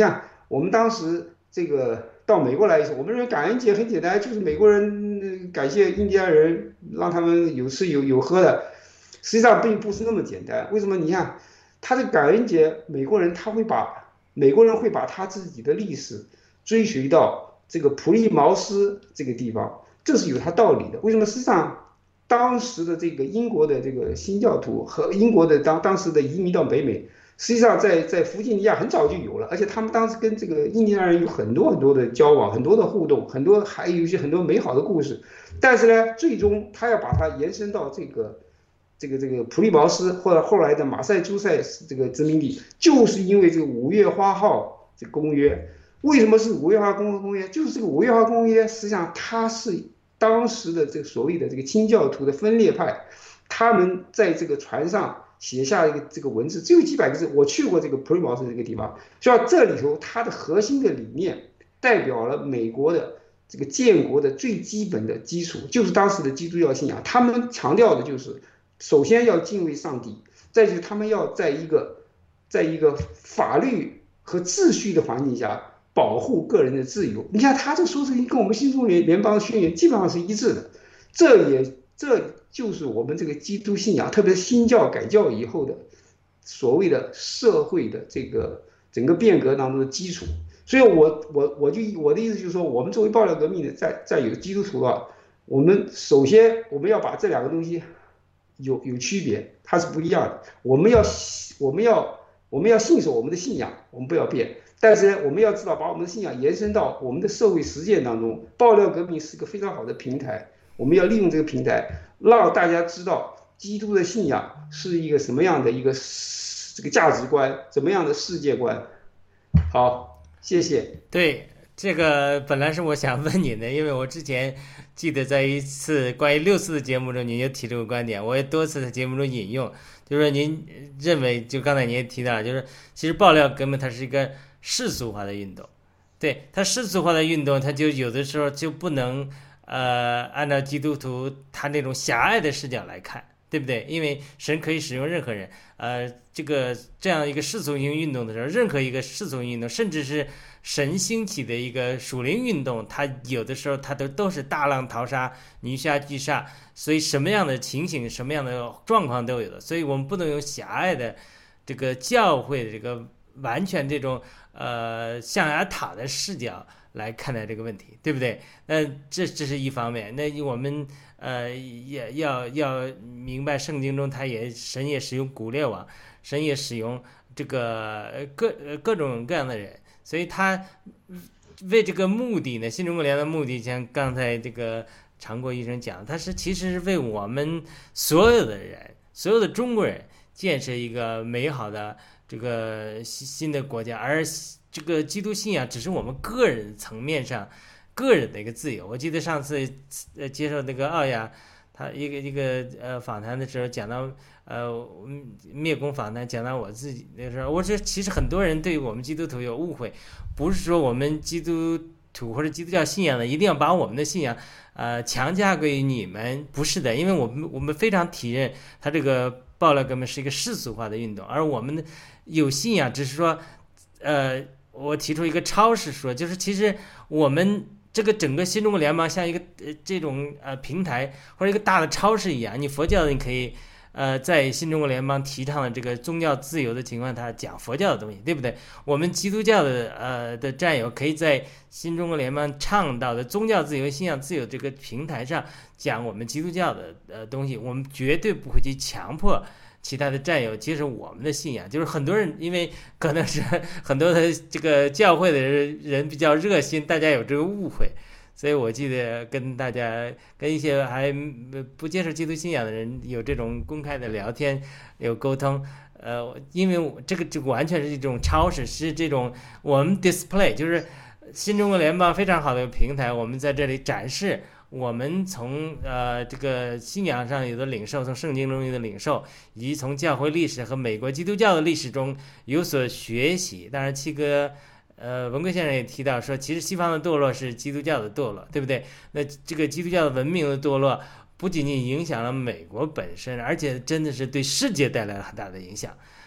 我们当时这个到美国来的时候，我们认为感恩节很简单，就是美国人感谢印第安人，让他们有吃有喝的。实际上并不是那么简单。为什么？你看，他的感恩节，美国人会把他自己的历史追随到这个普利茅斯这个地方，这是有他道理的。为什么？实际上，当时的这个英国的这个新教徒和英国的当时的移民到北美，实际上在弗吉尼亚很早就有了，而且他们当时跟这个印第安人有很多很多的交往，很多的互动，还有一些很多美好的故事。但是呢，最终他要把它延伸到这个普利茅斯或者后来的马赛诸塞这个殖民地，就是因为这个五月花号这个公约。为什么是五月花公约？就是这个五月花公约，实际上它是当时的这个所谓的这个清教徒的分裂派，他们在这个船上写下一个这个文字，只有几百个字。我去过这个普利茅斯这个地方，所以这里头它的核心的理念，代表了美国的这个建国的最基本的基础，就是当时的基督教信仰。他们强调的就是，首先要敬畏上帝，再就是他们要在一个法律和秩序的环境下保护个人的自由。你看他这说是跟我们新中联邦宣言基本上是一致的，这就是我们这个基督信仰，特别是新教改教以后的所谓的社会的这个整个变革当中的基础。所以我的意思就是说，我们作为爆料革命的在有基督徒的话，我们首先我们要把这两个东西有区别，它是不一样的。我们要信守我们的信仰，我们不要变。但是呢，我们要知道把我们的信仰延伸到我们的社会实践当中。爆料革命是个非常好的平台，我们要利用这个平台，让大家知道基督的信仰是一个什么样的一个这个价值观，怎么样的世界观。好，谢谢。 对，这个本来是我想问你的，因为我之前记得在一次关于6次的节目中，您就提这个观点，我也多次在节目中引用，就是说您认为，就刚才您也提到，就是其实爆料革命它是一个世俗化的运动，对，它世俗化的运动，它就有的时候就不能按照基督徒他那种狭隘的视角来看，对不对？因为神可以使用任何人，这样一个世俗性运动的时候，任何一个世俗运动，甚至是神兴起的一个属灵运动，它有的时候它都是大浪淘沙，泥沙俱下，所以什么样的情形、什么样的状况都有的，所以我们不能用狭隘的这个教会的这个完全这种象牙塔的视角来看待这个问题，对不对？那这是一方面。那我们也要明白，圣经中神也使用古列王，神也使用这个各种各样的人，所以他为这个目的呢，新中国联的目的，像刚才这个常国医生讲，他其实是为我们所有的人，所有的中国人建设一个美好的这个新的国家，而这个基督信仰只是我们个人层面上个人的一个自由。我记得上次接受那个奥雅他一个访谈的时候，讲到灭共访谈，讲到我自己的时候，我说其实很多人对我们基督徒有误会，不是说我们基督徒或者基督教信仰的一定要把我们的信仰强加给你们，不是的，因为我们非常体认他这个爆料革命是一个世俗化的运动，而我们有信仰只是说我提出一个超世说，就是其实我们这个整个新中国联邦像一个这种平台或者一个大的超市一样，你佛教的你可以在新中国联邦提倡的这个宗教自由的情况下讲佛教的东西，对不对？我们基督教的战友可以在新中国联邦倡导的宗教自由、信仰自由这个平台上讲我们基督教的东西，我们绝对不会去强迫其他的战友接受我们的信仰。就是很多人因为可能是很多的这个教会的人比较热心，大家有这个误会，所以我记得跟一些还不接受基督信仰的人有这种公开的聊天，有沟通。因为这个完全是一种超市，是这种我们 display， 就是新中国联邦非常好的平台，我们在这里展示我们从这个信仰上有的领受，从圣经中有的领受，以及从教会历史和美国基督教的历史中有所学习。当然七哥文贵先生也提到说，其实西方的堕落是基督教的堕落，对不对？那这个基督教的文明的堕落不仅仅影响了美国本身，而且真的是对世界带来了很大的影响。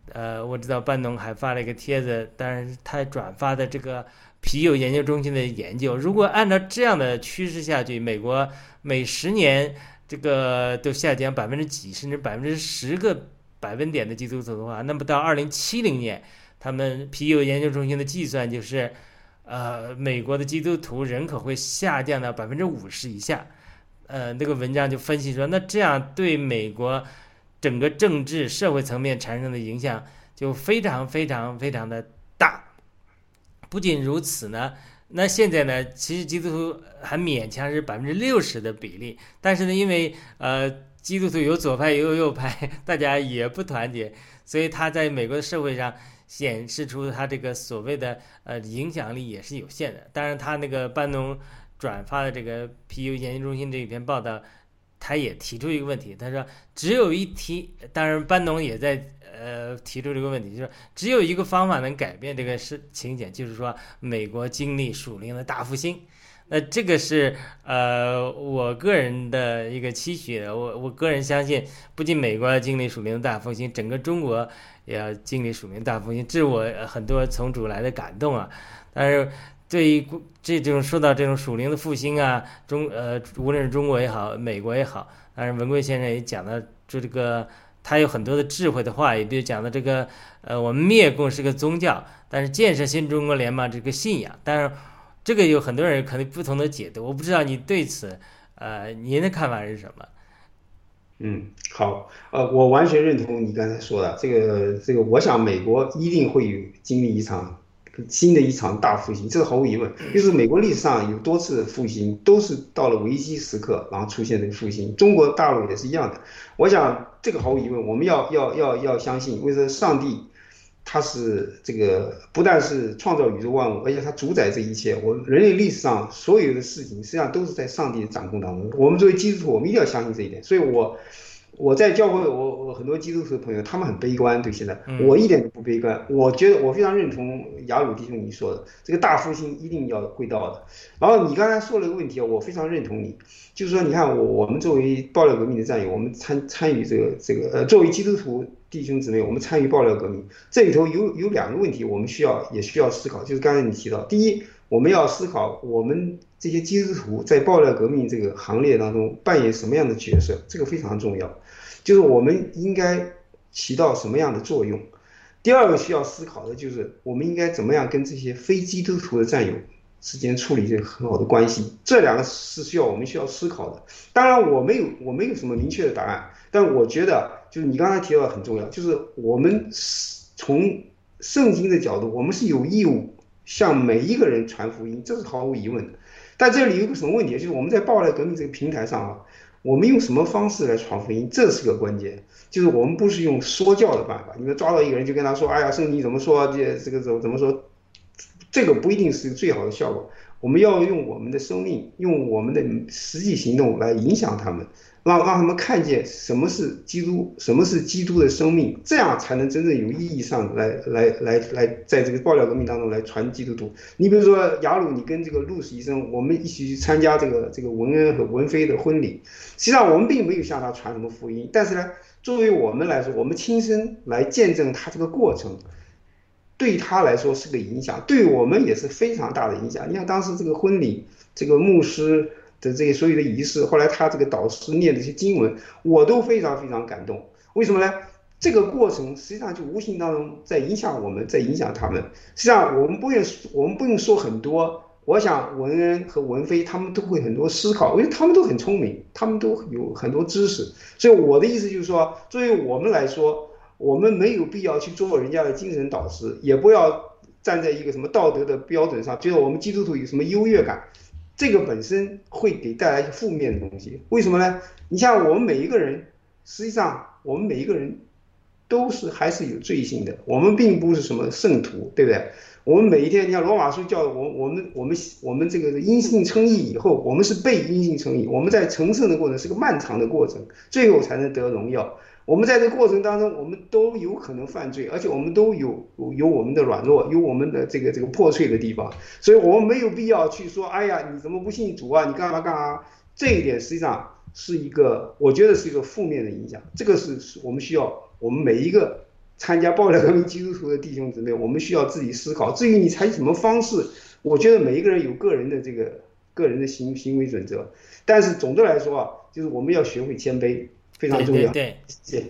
我知道班农还发了一个帖子，但是他转发的这个皮尤研究中心的研究，如果按照这样的趋势下去，美国每10年这个都下降几甚至10个百分点的基督徒的话，那么到2070年，他们皮尤研究中心的计算就是，美国的基督徒人口会下降到50%以下。那个文章就分析说，那这样对美国整个政治社会层面产生的影响就非常的大。不仅如此呢，那现在呢，其实基督徒还勉强是60%的比例，但是呢，因为基督徒有左派也有右派，大家也不团结，所以他在美国的社会上显示出他这个所谓的影响力也是有限的。当然，他那个班农转发的这个皮尤研究中心这一篇报道，他也提出一个问题，他说只有当然班农也在提出这个问题，就是只有一个方法能改变这个情景，就是说美国经历属灵的大复兴。那这个是我个人的一个期许的，我个人相信，不仅美国要经历属灵的大复兴，整个中国也要经历属灵大复兴，这是我很多从主来的感动啊。但是对于这种说到这种属灵的复兴啊，无论是中国也好，美国也好，当然文贵先生也讲到这个，他有很多的智慧的话，也比如讲到这个我们灭共是个宗教，但是建设新中国联邦这个信仰，当然这个有很多人可能不同的解读，我不知道你对此您的看法是什么？ 好，我完全认同你刚才说的这个，我想美国一定会经历新的一场大复兴，这是毫无疑问。就是美国历史上有多次复兴，都是到了危机时刻，然后出现这个复兴。中国大陆也是一样的。我想这个毫无疑问，我们要相信，为什么上帝他是这个不但是创造宇宙万物，而且他主宰这一切。人类历史上所有的事情，实际上都是在上帝的掌控当中。我们作为基督徒，我们一定要相信这一点。所以我在教会，我很多基督徒的朋友，他们很悲观，对现在，我一点都不悲观。我觉得我非常认同雅鲁弟兄你说的，这个大复兴一定会到的。然后你刚才说了一个问题，我非常认同你，就是说，你看我们作为爆料革命的战友，我们参与这个作为基督徒弟兄姊妹，我们参与爆料革命，这里头有2个问题，我们需要思考，就是刚才你提到，第一，我们要思考我们这些基督徒在爆料革命这个行列当中扮演什么样的角色，这个非常重要。就是我们应该起到什么样的作用。第二个需要思考的就是我们应该怎么样跟这些非基督徒的战友之间处理这个很好的关系，这2个是我们需要思考的。当然我没有什么明确的答案，但我觉得就是你刚才提到的很重要，就是我们从圣经的角度，我们是有义务向每一个人传福音，这是毫无疑问的。但这里有个什么问题，就是我们在爆料革命这个平台上啊，我们用什么方式来传福音，这是个关键。就是我们不是用说教的办法，你们抓到一个人就跟他说，哎呀，圣经怎么说，这个怎么说，这个不一定是最好的效果。我们要用我们的生命，用我们的实际行动来影响他们，让他们看见什么是基督，什么是基督的生命，这样才能真正有意义上来在这个爆料革命当中来传基督徒。你比如说雅鲁，你跟这个路斯医生，我们一起去参加这个文恩和文菲的婚礼，实际上我们并没有向他传什么福音，但是呢，作为我们来说，我们亲身来见证他这个过程，对他来说是个影响，对我们也是非常大的影响。你看当时这个婚礼，这个牧师的这些所有的仪式，后来他这个导师念这些经文，我都非常非常感动。为什么呢？这个过程实际上就无形当中在影响我们，在影响他们。实际上我们不用说很多，我想文恩和文菲他们都会很多思考，因为他们都很聪明，他们都有很多知识。所以我的意思就是说，作为我们来说，我们没有必要去做人家的精神导师，也不要站在一个什么道德的标准上，觉得我们基督徒有什么优越感，这个本身会给带来一些负面的东西。为什么呢？你像我们每一个人，实际上我们每一个人都是还是有罪性的，我们并不是什么圣徒，对不对？我们每一天，你看罗马书叫我们这个因信称义以后，我们是被因信称义，我们在成圣的过程是个漫长的过程，最后才能得荣耀。我们在这个过程当中，我们都有可能犯罪，而且我们都有我们的软弱，有我们的这个破碎的地方，所以我们没有必要去说，哎呀，你怎么不信主啊？你干嘛干嘛？这一点实际上是一个，我觉得是一个负面的影响。这个是我们需要，我们每一个参加爆料革命基督徒的弟兄姊妹，我们需要自己思考。至于你采取什么方式，我觉得每一个人有个人的行为准则。但是总的来说啊，就是我们要学会谦卑，非常重要。 对。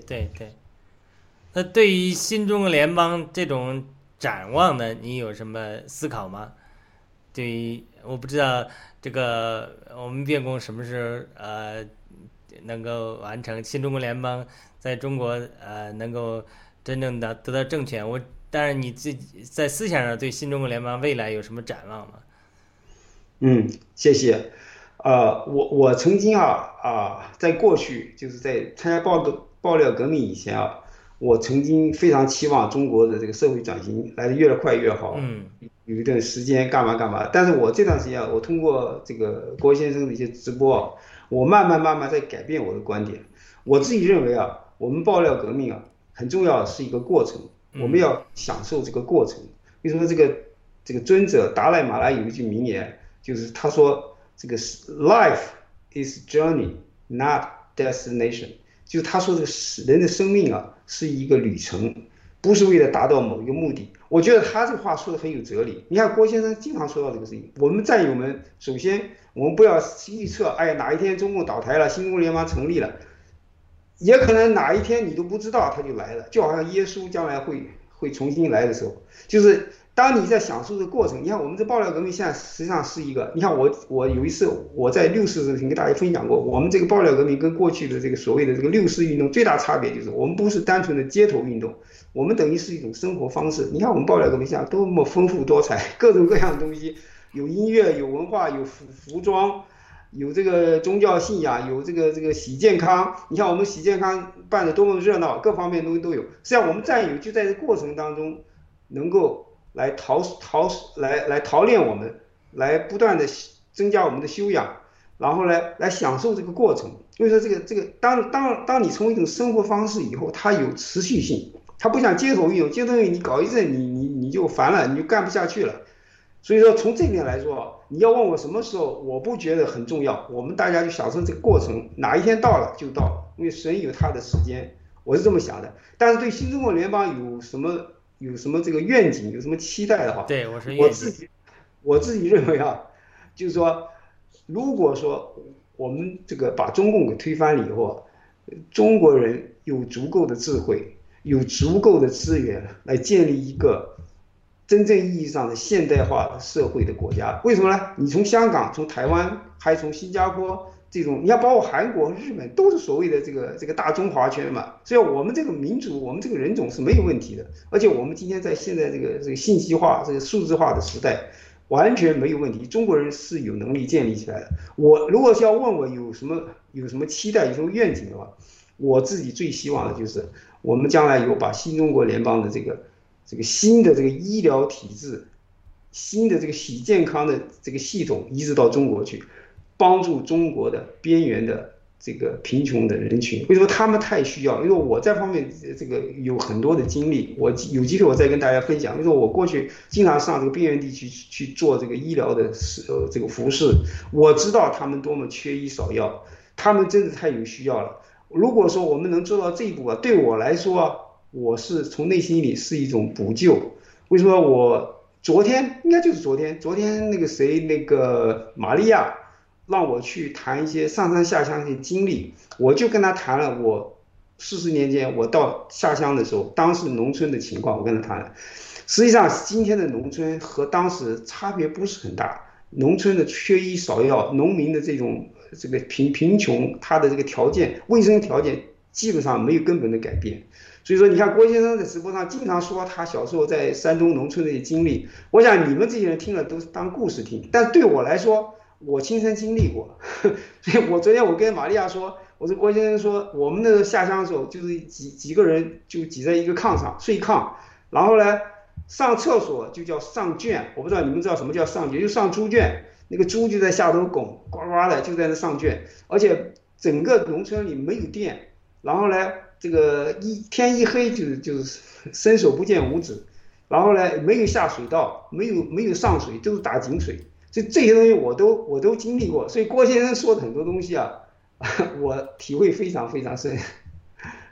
那对于新中国联邦这种展望呢，你有什么思考吗？对于我不知道这个我们变共什么时候能够完成新中国联邦在中国能够真正的得到政权。当然你自己在思想上对新中国联邦未来有什么展望吗？ 谢谢。我曾经在过去就是在参加爆料革命以前啊，我曾经非常期望中国的这个社会转型来得越快越好。有一段时间干嘛，但是我这段时间我通过这个郭先生的一些直播我慢慢在改变我的观点。我自己认为我们爆料革命很重要的是一个过程，我们要享受这个过程。为什么这个尊者达赖马拉有一句名言，就是他说这个 life is journey not destination， 就是他说这个人的生命是一个旅程，不是为了达到某一个目的。我觉得他这个话说的很有哲理。你看郭先生经常说到这个事情，我们战友们首先我们不要预测哪一天中共倒台了，新中国联邦成立了，也可能哪一天你都不知道他就来了，就好像耶稣将来会重新来的时候，就是当你在享受这个过程。你看我们这爆料革命现在实际上是一个，你看我有一次我在六四时跟大家分享过，我们这个爆料革命跟过去的这个所谓的这个六四运动最大差别就是我们不是单纯的街头运动，我们等于是一种生活方式。你看我们爆料革命现在多么丰富多彩，各种各样的东西，有音乐，有文化，有服装，有这个宗教信仰，有这个洗健康。你看我们洗健康办得多么热闹，各方面东西都有。实际上我们战友就在这过程当中能够来陶炼我们，来不断的增加我们的修养，然后来享受这个过程。所以说这个当你成为一种生活方式以后，它有持续性，它不像街头运动，街头运动你搞一阵你就烦了，你就干不下去了。所以说从这点来说，你要问我什么时候，我不觉得很重要，我们大家就享受这个过程，哪一天到了就到了，因为神有他的时间，我是这么想的。但是对新中国联邦有什么这个愿景，有什么期待的话， 对， 我自己认为就是说，如果说我们这个把中共给推翻了以后，中国人有足够的智慧，有足够的资源来建立一个真正意义上的现代化的社会的国家。为什么呢？你从香港、从台湾，还从新加坡这种，你要包括韩国、日本，都是所谓的这个大中华圈嘛。所以我们这个民族，我们这个人种是没有问题的。而且我们今天在现在这个信息化、这个数字化的时代，完全没有问题。中国人是有能力建立起来的。我如果是要问我有什么期待、有什么愿景的话，我自己最希望的就是我们将来有把新中国联邦的这个新的这个医疗体制，新的这个洗健康的这个系统移植到中国去，帮助中国的边缘的这个贫穷的人群。为什么他们太需要？因为我在方面这个有很多的经历，我有机会我再跟大家分享。因为我过去经常上这个边缘地区去做这个医疗的这个服饰，我知道他们多么缺医少药，他们真的太有需要了。如果说我们能做到这一步对我来说我是从内心里是一种补救。为什么我昨天应该就是昨天那个玛利亚让我去谈一些上山下乡的经历，我就跟他谈了我40年前我到下乡的时候，当时农村的情况，我跟他谈了。实际上今天的农村和当时差别不是很大，农村的缺医少药，农民的这个贫穷，他的这个条件，卫生条件基本上没有根本的改变。所以说你看郭先生在直播上经常说他小时候在山东农村的一些经历，我想你们这些人听了都是当故事听，但对我来说我亲身经历过。所以我昨天我跟玛利亚说，我说郭先生说我们那下乡的时候就是几个人就挤在一个炕上睡炕，然后呢上厕所就叫上圈，我不知道你们知道什么叫上圈，就上猪圈，那个猪就在下头拱呱呱的就在那上圈，而且整个农村里没有电，然后呢这个天一黑就是伸手不见五指，然后呢没有下水道，没有上水，都是打井水。所以这些东西我都经历过。所以郭先生说的很多东西我体会非常非常深。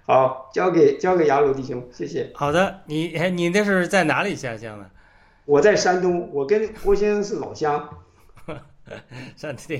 好，交给雅鲁弟兄，谢谢。 好的，你那时候在哪里下乡呢？ 我在山东，我跟郭先生是老乡。 上对。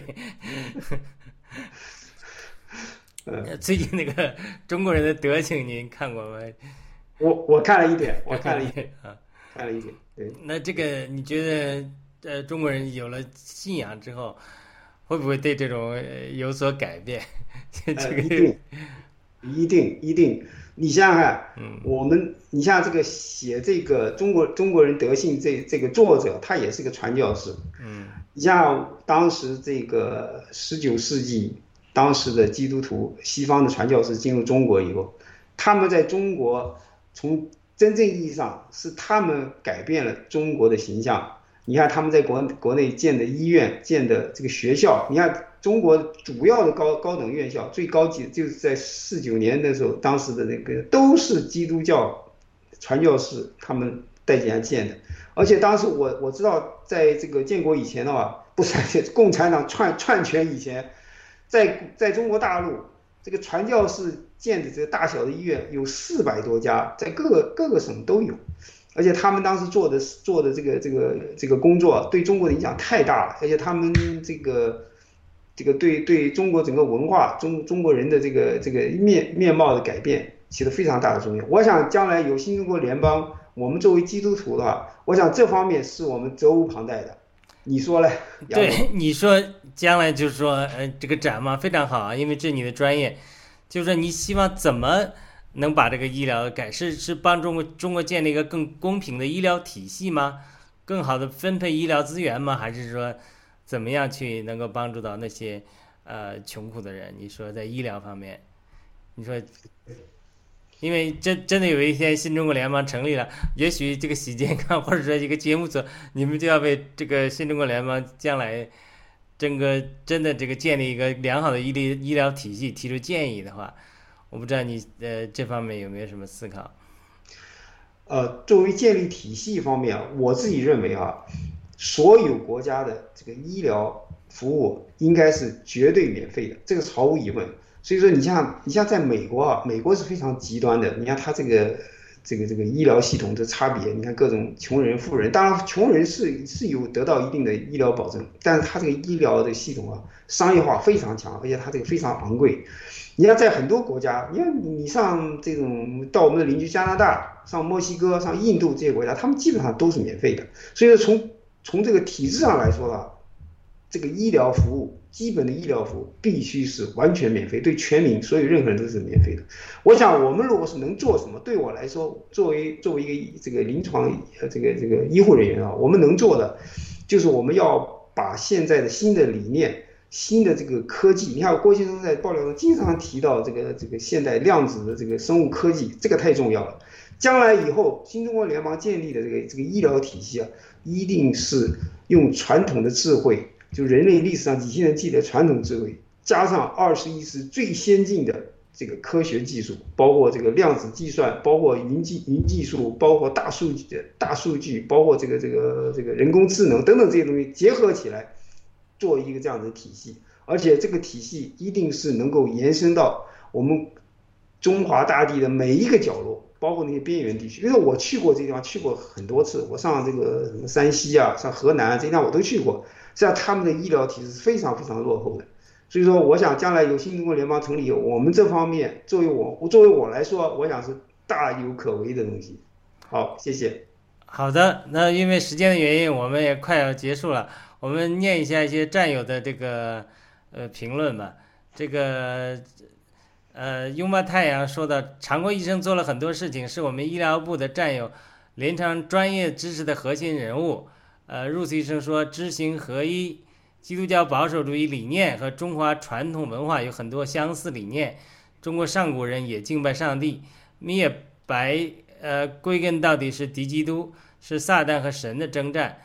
最近那个中国人的德行，您看过吗？ 我看了一点，看了一点。对。 那这个你觉得，中国人有了信仰之后，会不会对这种有所改变？这个一定。你想想看，你像这个写这个中国人德性这个作者，他也是个传教士。你像当时这个19世纪。当时的基督徒，西方的传教士进入中国以后，他们在中国从真正意义上是他们改变了中国的形象。你看他们在国内建的医院、建的这个学校，你看中国主要的高等院校最高级就是在49年的时候，当时的那个都是基督教传教士他们带进来建的。而且当时我知道，在这个建国以前的话，不是共产党篡权以前。在中国大陆，这个传教士建的这个大小的医院有400多家，在各个省都有，而且他们当时做的这个工作对中国的影响太大了，而且他们这个对中国整个文化、中国人的这个面貌的改变起了非常大的作用。我想将来有新中国联邦，我们作为基督徒的话，我想这方面是我们责无旁贷的。你说嘞？ 对，你说将来就是说，这个展嘛非常好啊，因为这是你的专业，就是说你希望怎么能把这个医疗改是帮中国建立一个更公平的医疗体系吗？更好的分配医疗资源吗？还是说怎么样去能够帮助到那些穷苦的人？你说在医疗方面，你说。因为真的有一天新中国联邦成立了，也许这个喜健康或者说一个节目组，你们就要为这个新中国联邦将来真的这个建立一个良好的医疗体系提出建议的话，我不知道你这方面有没有什么思考？ 作为建立体系方面，我自己认为所有国家的这个医疗服务应该是绝对免费的，这个毫无疑问。所以说，你像在美国美国是非常极端的。你看它这个医疗系统的差别，你看各种穷人、富人，当然穷人是有得到一定的医疗保证，但是它这个医疗的系统商业化非常强，而且它这个非常昂贵。你看在很多国家，你上这种到我们的邻居加拿大、上墨西哥、上印度这些国家，他们基本上都是免费的。所以说从这个体制上来说这个医疗服务，基本的医疗服务必须是完全免费，对全民，所有任何人都是免费的。我想，我们如果是能做什么，对我来说，作为一个这个临床这个医护人员我们能做的，就是我们要把现在的新的理念、新的这个科技，你看郭先生在爆料中经常提到这个现代量子的这个生物科技，这个太重要了。将来以后，新中国联邦建立的这个医疗体系一定是用传统的智慧。就人类历史上几千年积累的传统智慧，加上21世最先进的这个科学技术，包括这个量子计算，包括云技术，包括大数据，包括这个人工智能等等这些东西结合起来，做一个这样的体系。而且这个体系一定是能够延伸到我们中华大地的每一个角落，包括那些边缘地区。因为我去过这地方，去过很多次，我上这个什么山西上河南这些地方我都去过。实际上他们的医疗体制是非常非常落后的，所以说我想将来有新中国联邦成立，我们这方面作为我来说，我想是大有可为的东西。好，谢谢。 好的，那因为时间的原因，我们也快要结束了，我们念一下一些战友的这个评论吧。这个拥抱太阳说的，常国医生做了很多事情，是我们医疗部的战友临床专业知识的核心人物。Ruth 医生说，知行合一，基督教保守主义理念和中华传统文化有很多相似理念。中国上古人也敬拜上帝，灭白归根到底是敌基督，是撒旦和神的征战。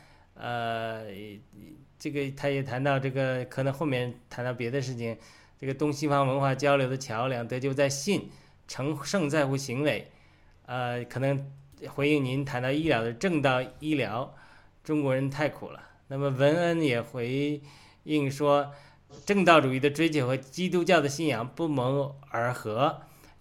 这个他也谈到这个，可能后面谈到别的事情。这个东西方文化交流的桥梁，得救在信，胜在乎行为。可能回应您谈到医疗的正道医疗。中国人太苦了。那么文恩也回应说，正道主义的追求和基督教的信仰不谋而合，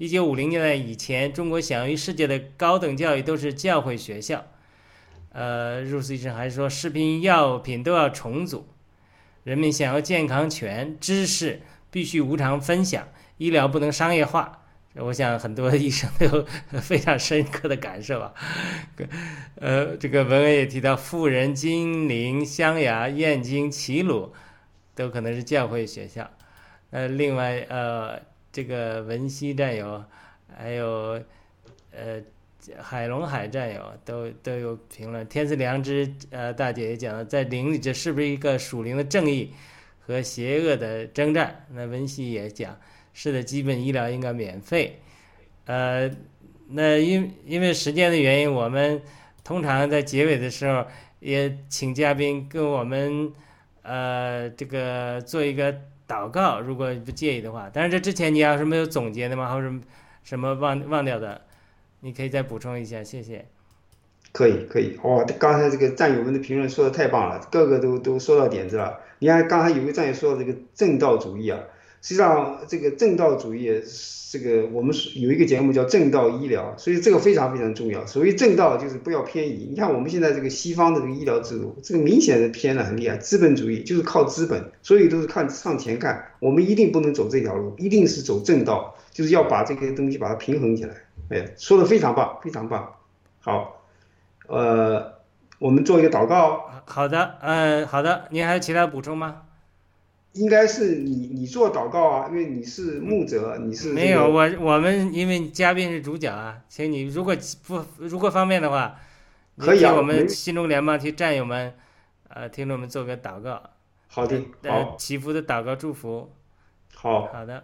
1950年代以前，中国享誉世界的高等教育都是教会学校。入斯医生还说，食品药品都要重组，人民想要健康权，知识必须无偿分享，医疗不能商业化。我想很多医生都有非常深刻的感受啊。这个文文也提到，妇人、金陵、湘雅、燕京、齐鲁都可能是教会学校。另外这个文熙战友，还有海龙海战友都有评论。天赐良知大姐也讲了，在灵里这是不是一个属灵的正义和邪恶的征战？那文熙也讲，是的，基本医疗应该免费。那因为时间的原因，我们通常在结尾的时候也请嘉宾跟我们这个做一个祷告，如果不介意的话。但是这之前你要是没有总结的吗？或者什么忘掉的，你可以再补充一下，谢谢。 可以。刚才这个战友们的评论说的太棒了，个个都说到点子了。你看刚才有个战友说的这个正道主义啊，实际上这个正道主义，这个我们有一个节目叫正道医疗，所以这个非常非常重要。所谓正道就是不要偏移。你看我们现在这个西方的这个医疗制度，这个明显的偏得很厉害，资本主义就是靠资本，所以都是向前看。我们一定不能走这条路，一定是走正道，就是要把这个东西把它平衡起来。说的非常棒，非常棒。好，我们做一个祷告。 好的，好的，您还有其他补充吗？ 应该是你做祷告啊，因为你是牧者，你是、 没有我们因为嘉宾是主角啊，请你如果方便的话， 可以啊， 我们新中联邦替战友们听众们做个祷告。 好的，好， 祈福的祷告祝福。 好的。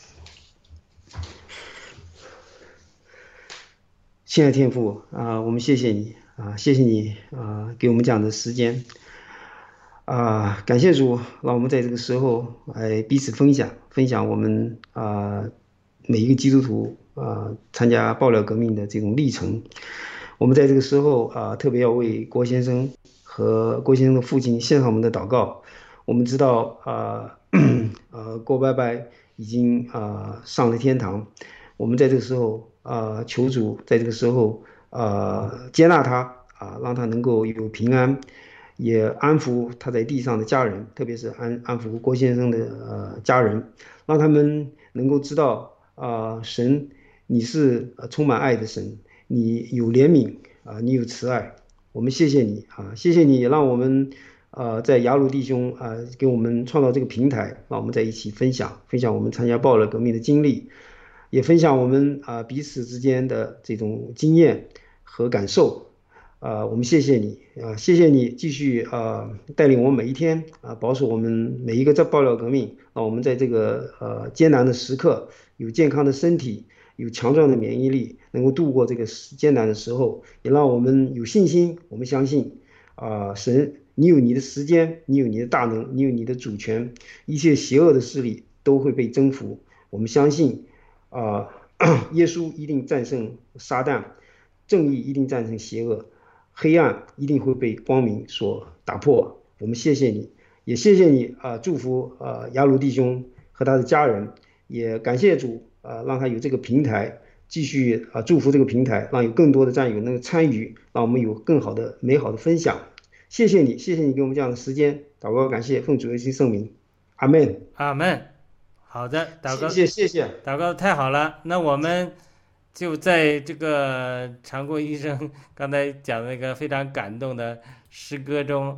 亲爱的天父我们谢谢你谢谢你给我们这样的时间感谢主，让我们在这个时候来彼此分享我们每一个基督徒参加爆料革命的这种历程。我们在这个时候特别要为郭先生和郭先生的父亲献上我们的祷告。我们知道郭伯伯已经上了天堂，我们在这个时候求主在这个时候接纳他让他能够有平安，也安抚他在地上的家人，特别是安抚郭先生的家人，让他们能够知道神你是充满爱的神，你有怜悯你有慈爱。我们谢谢你谢谢你让我们在雅鲁弟兄给我们创造这个平台，让我们在一起分享我们参加爆料革命的经历，也分享我们彼此之间的这种经验和感受我们谢谢你谢谢你继续带领我们每一天保守我们每一个在爆料革命，让我们在这个艰难的时刻有健康的身体，有强壮的免疫力，能够度过这个艰难的时候，也让我们有信心。我们相信神你有你的时间，你有你的大能，你有你的主权，一切邪恶的势力都会被征服。我们相信耶稣一定战胜撒旦，正义一定战胜邪恶，黑暗一定会被光明所打破。我们谢谢你，也谢谢你祝福雅鲁弟兄和他的家人，也感谢主让他有这个平台，继续祝福这个平台，让有更多的战友能够参与，让我们有更好的美好的分享。谢谢你，谢谢你给我们这样的时间，祷告感谢，奉主耶稣圣名，阿门， 阿门。好的，祷告， 谢谢， 祷告太好了。那我们就在这个常国医生刚才讲那个非常感动的诗歌中。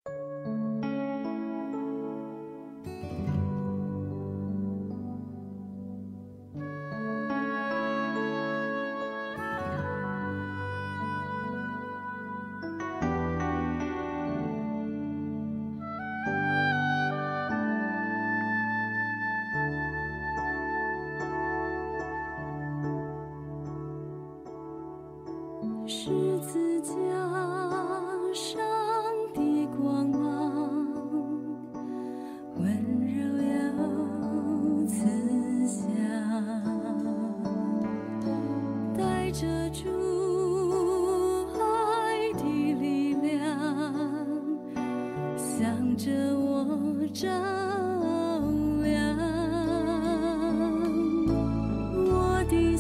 十字架上的光芒，温柔又慈祥，带着主爱的力量，向着我照亮。我的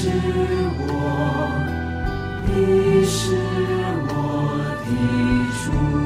是我，你是我的主。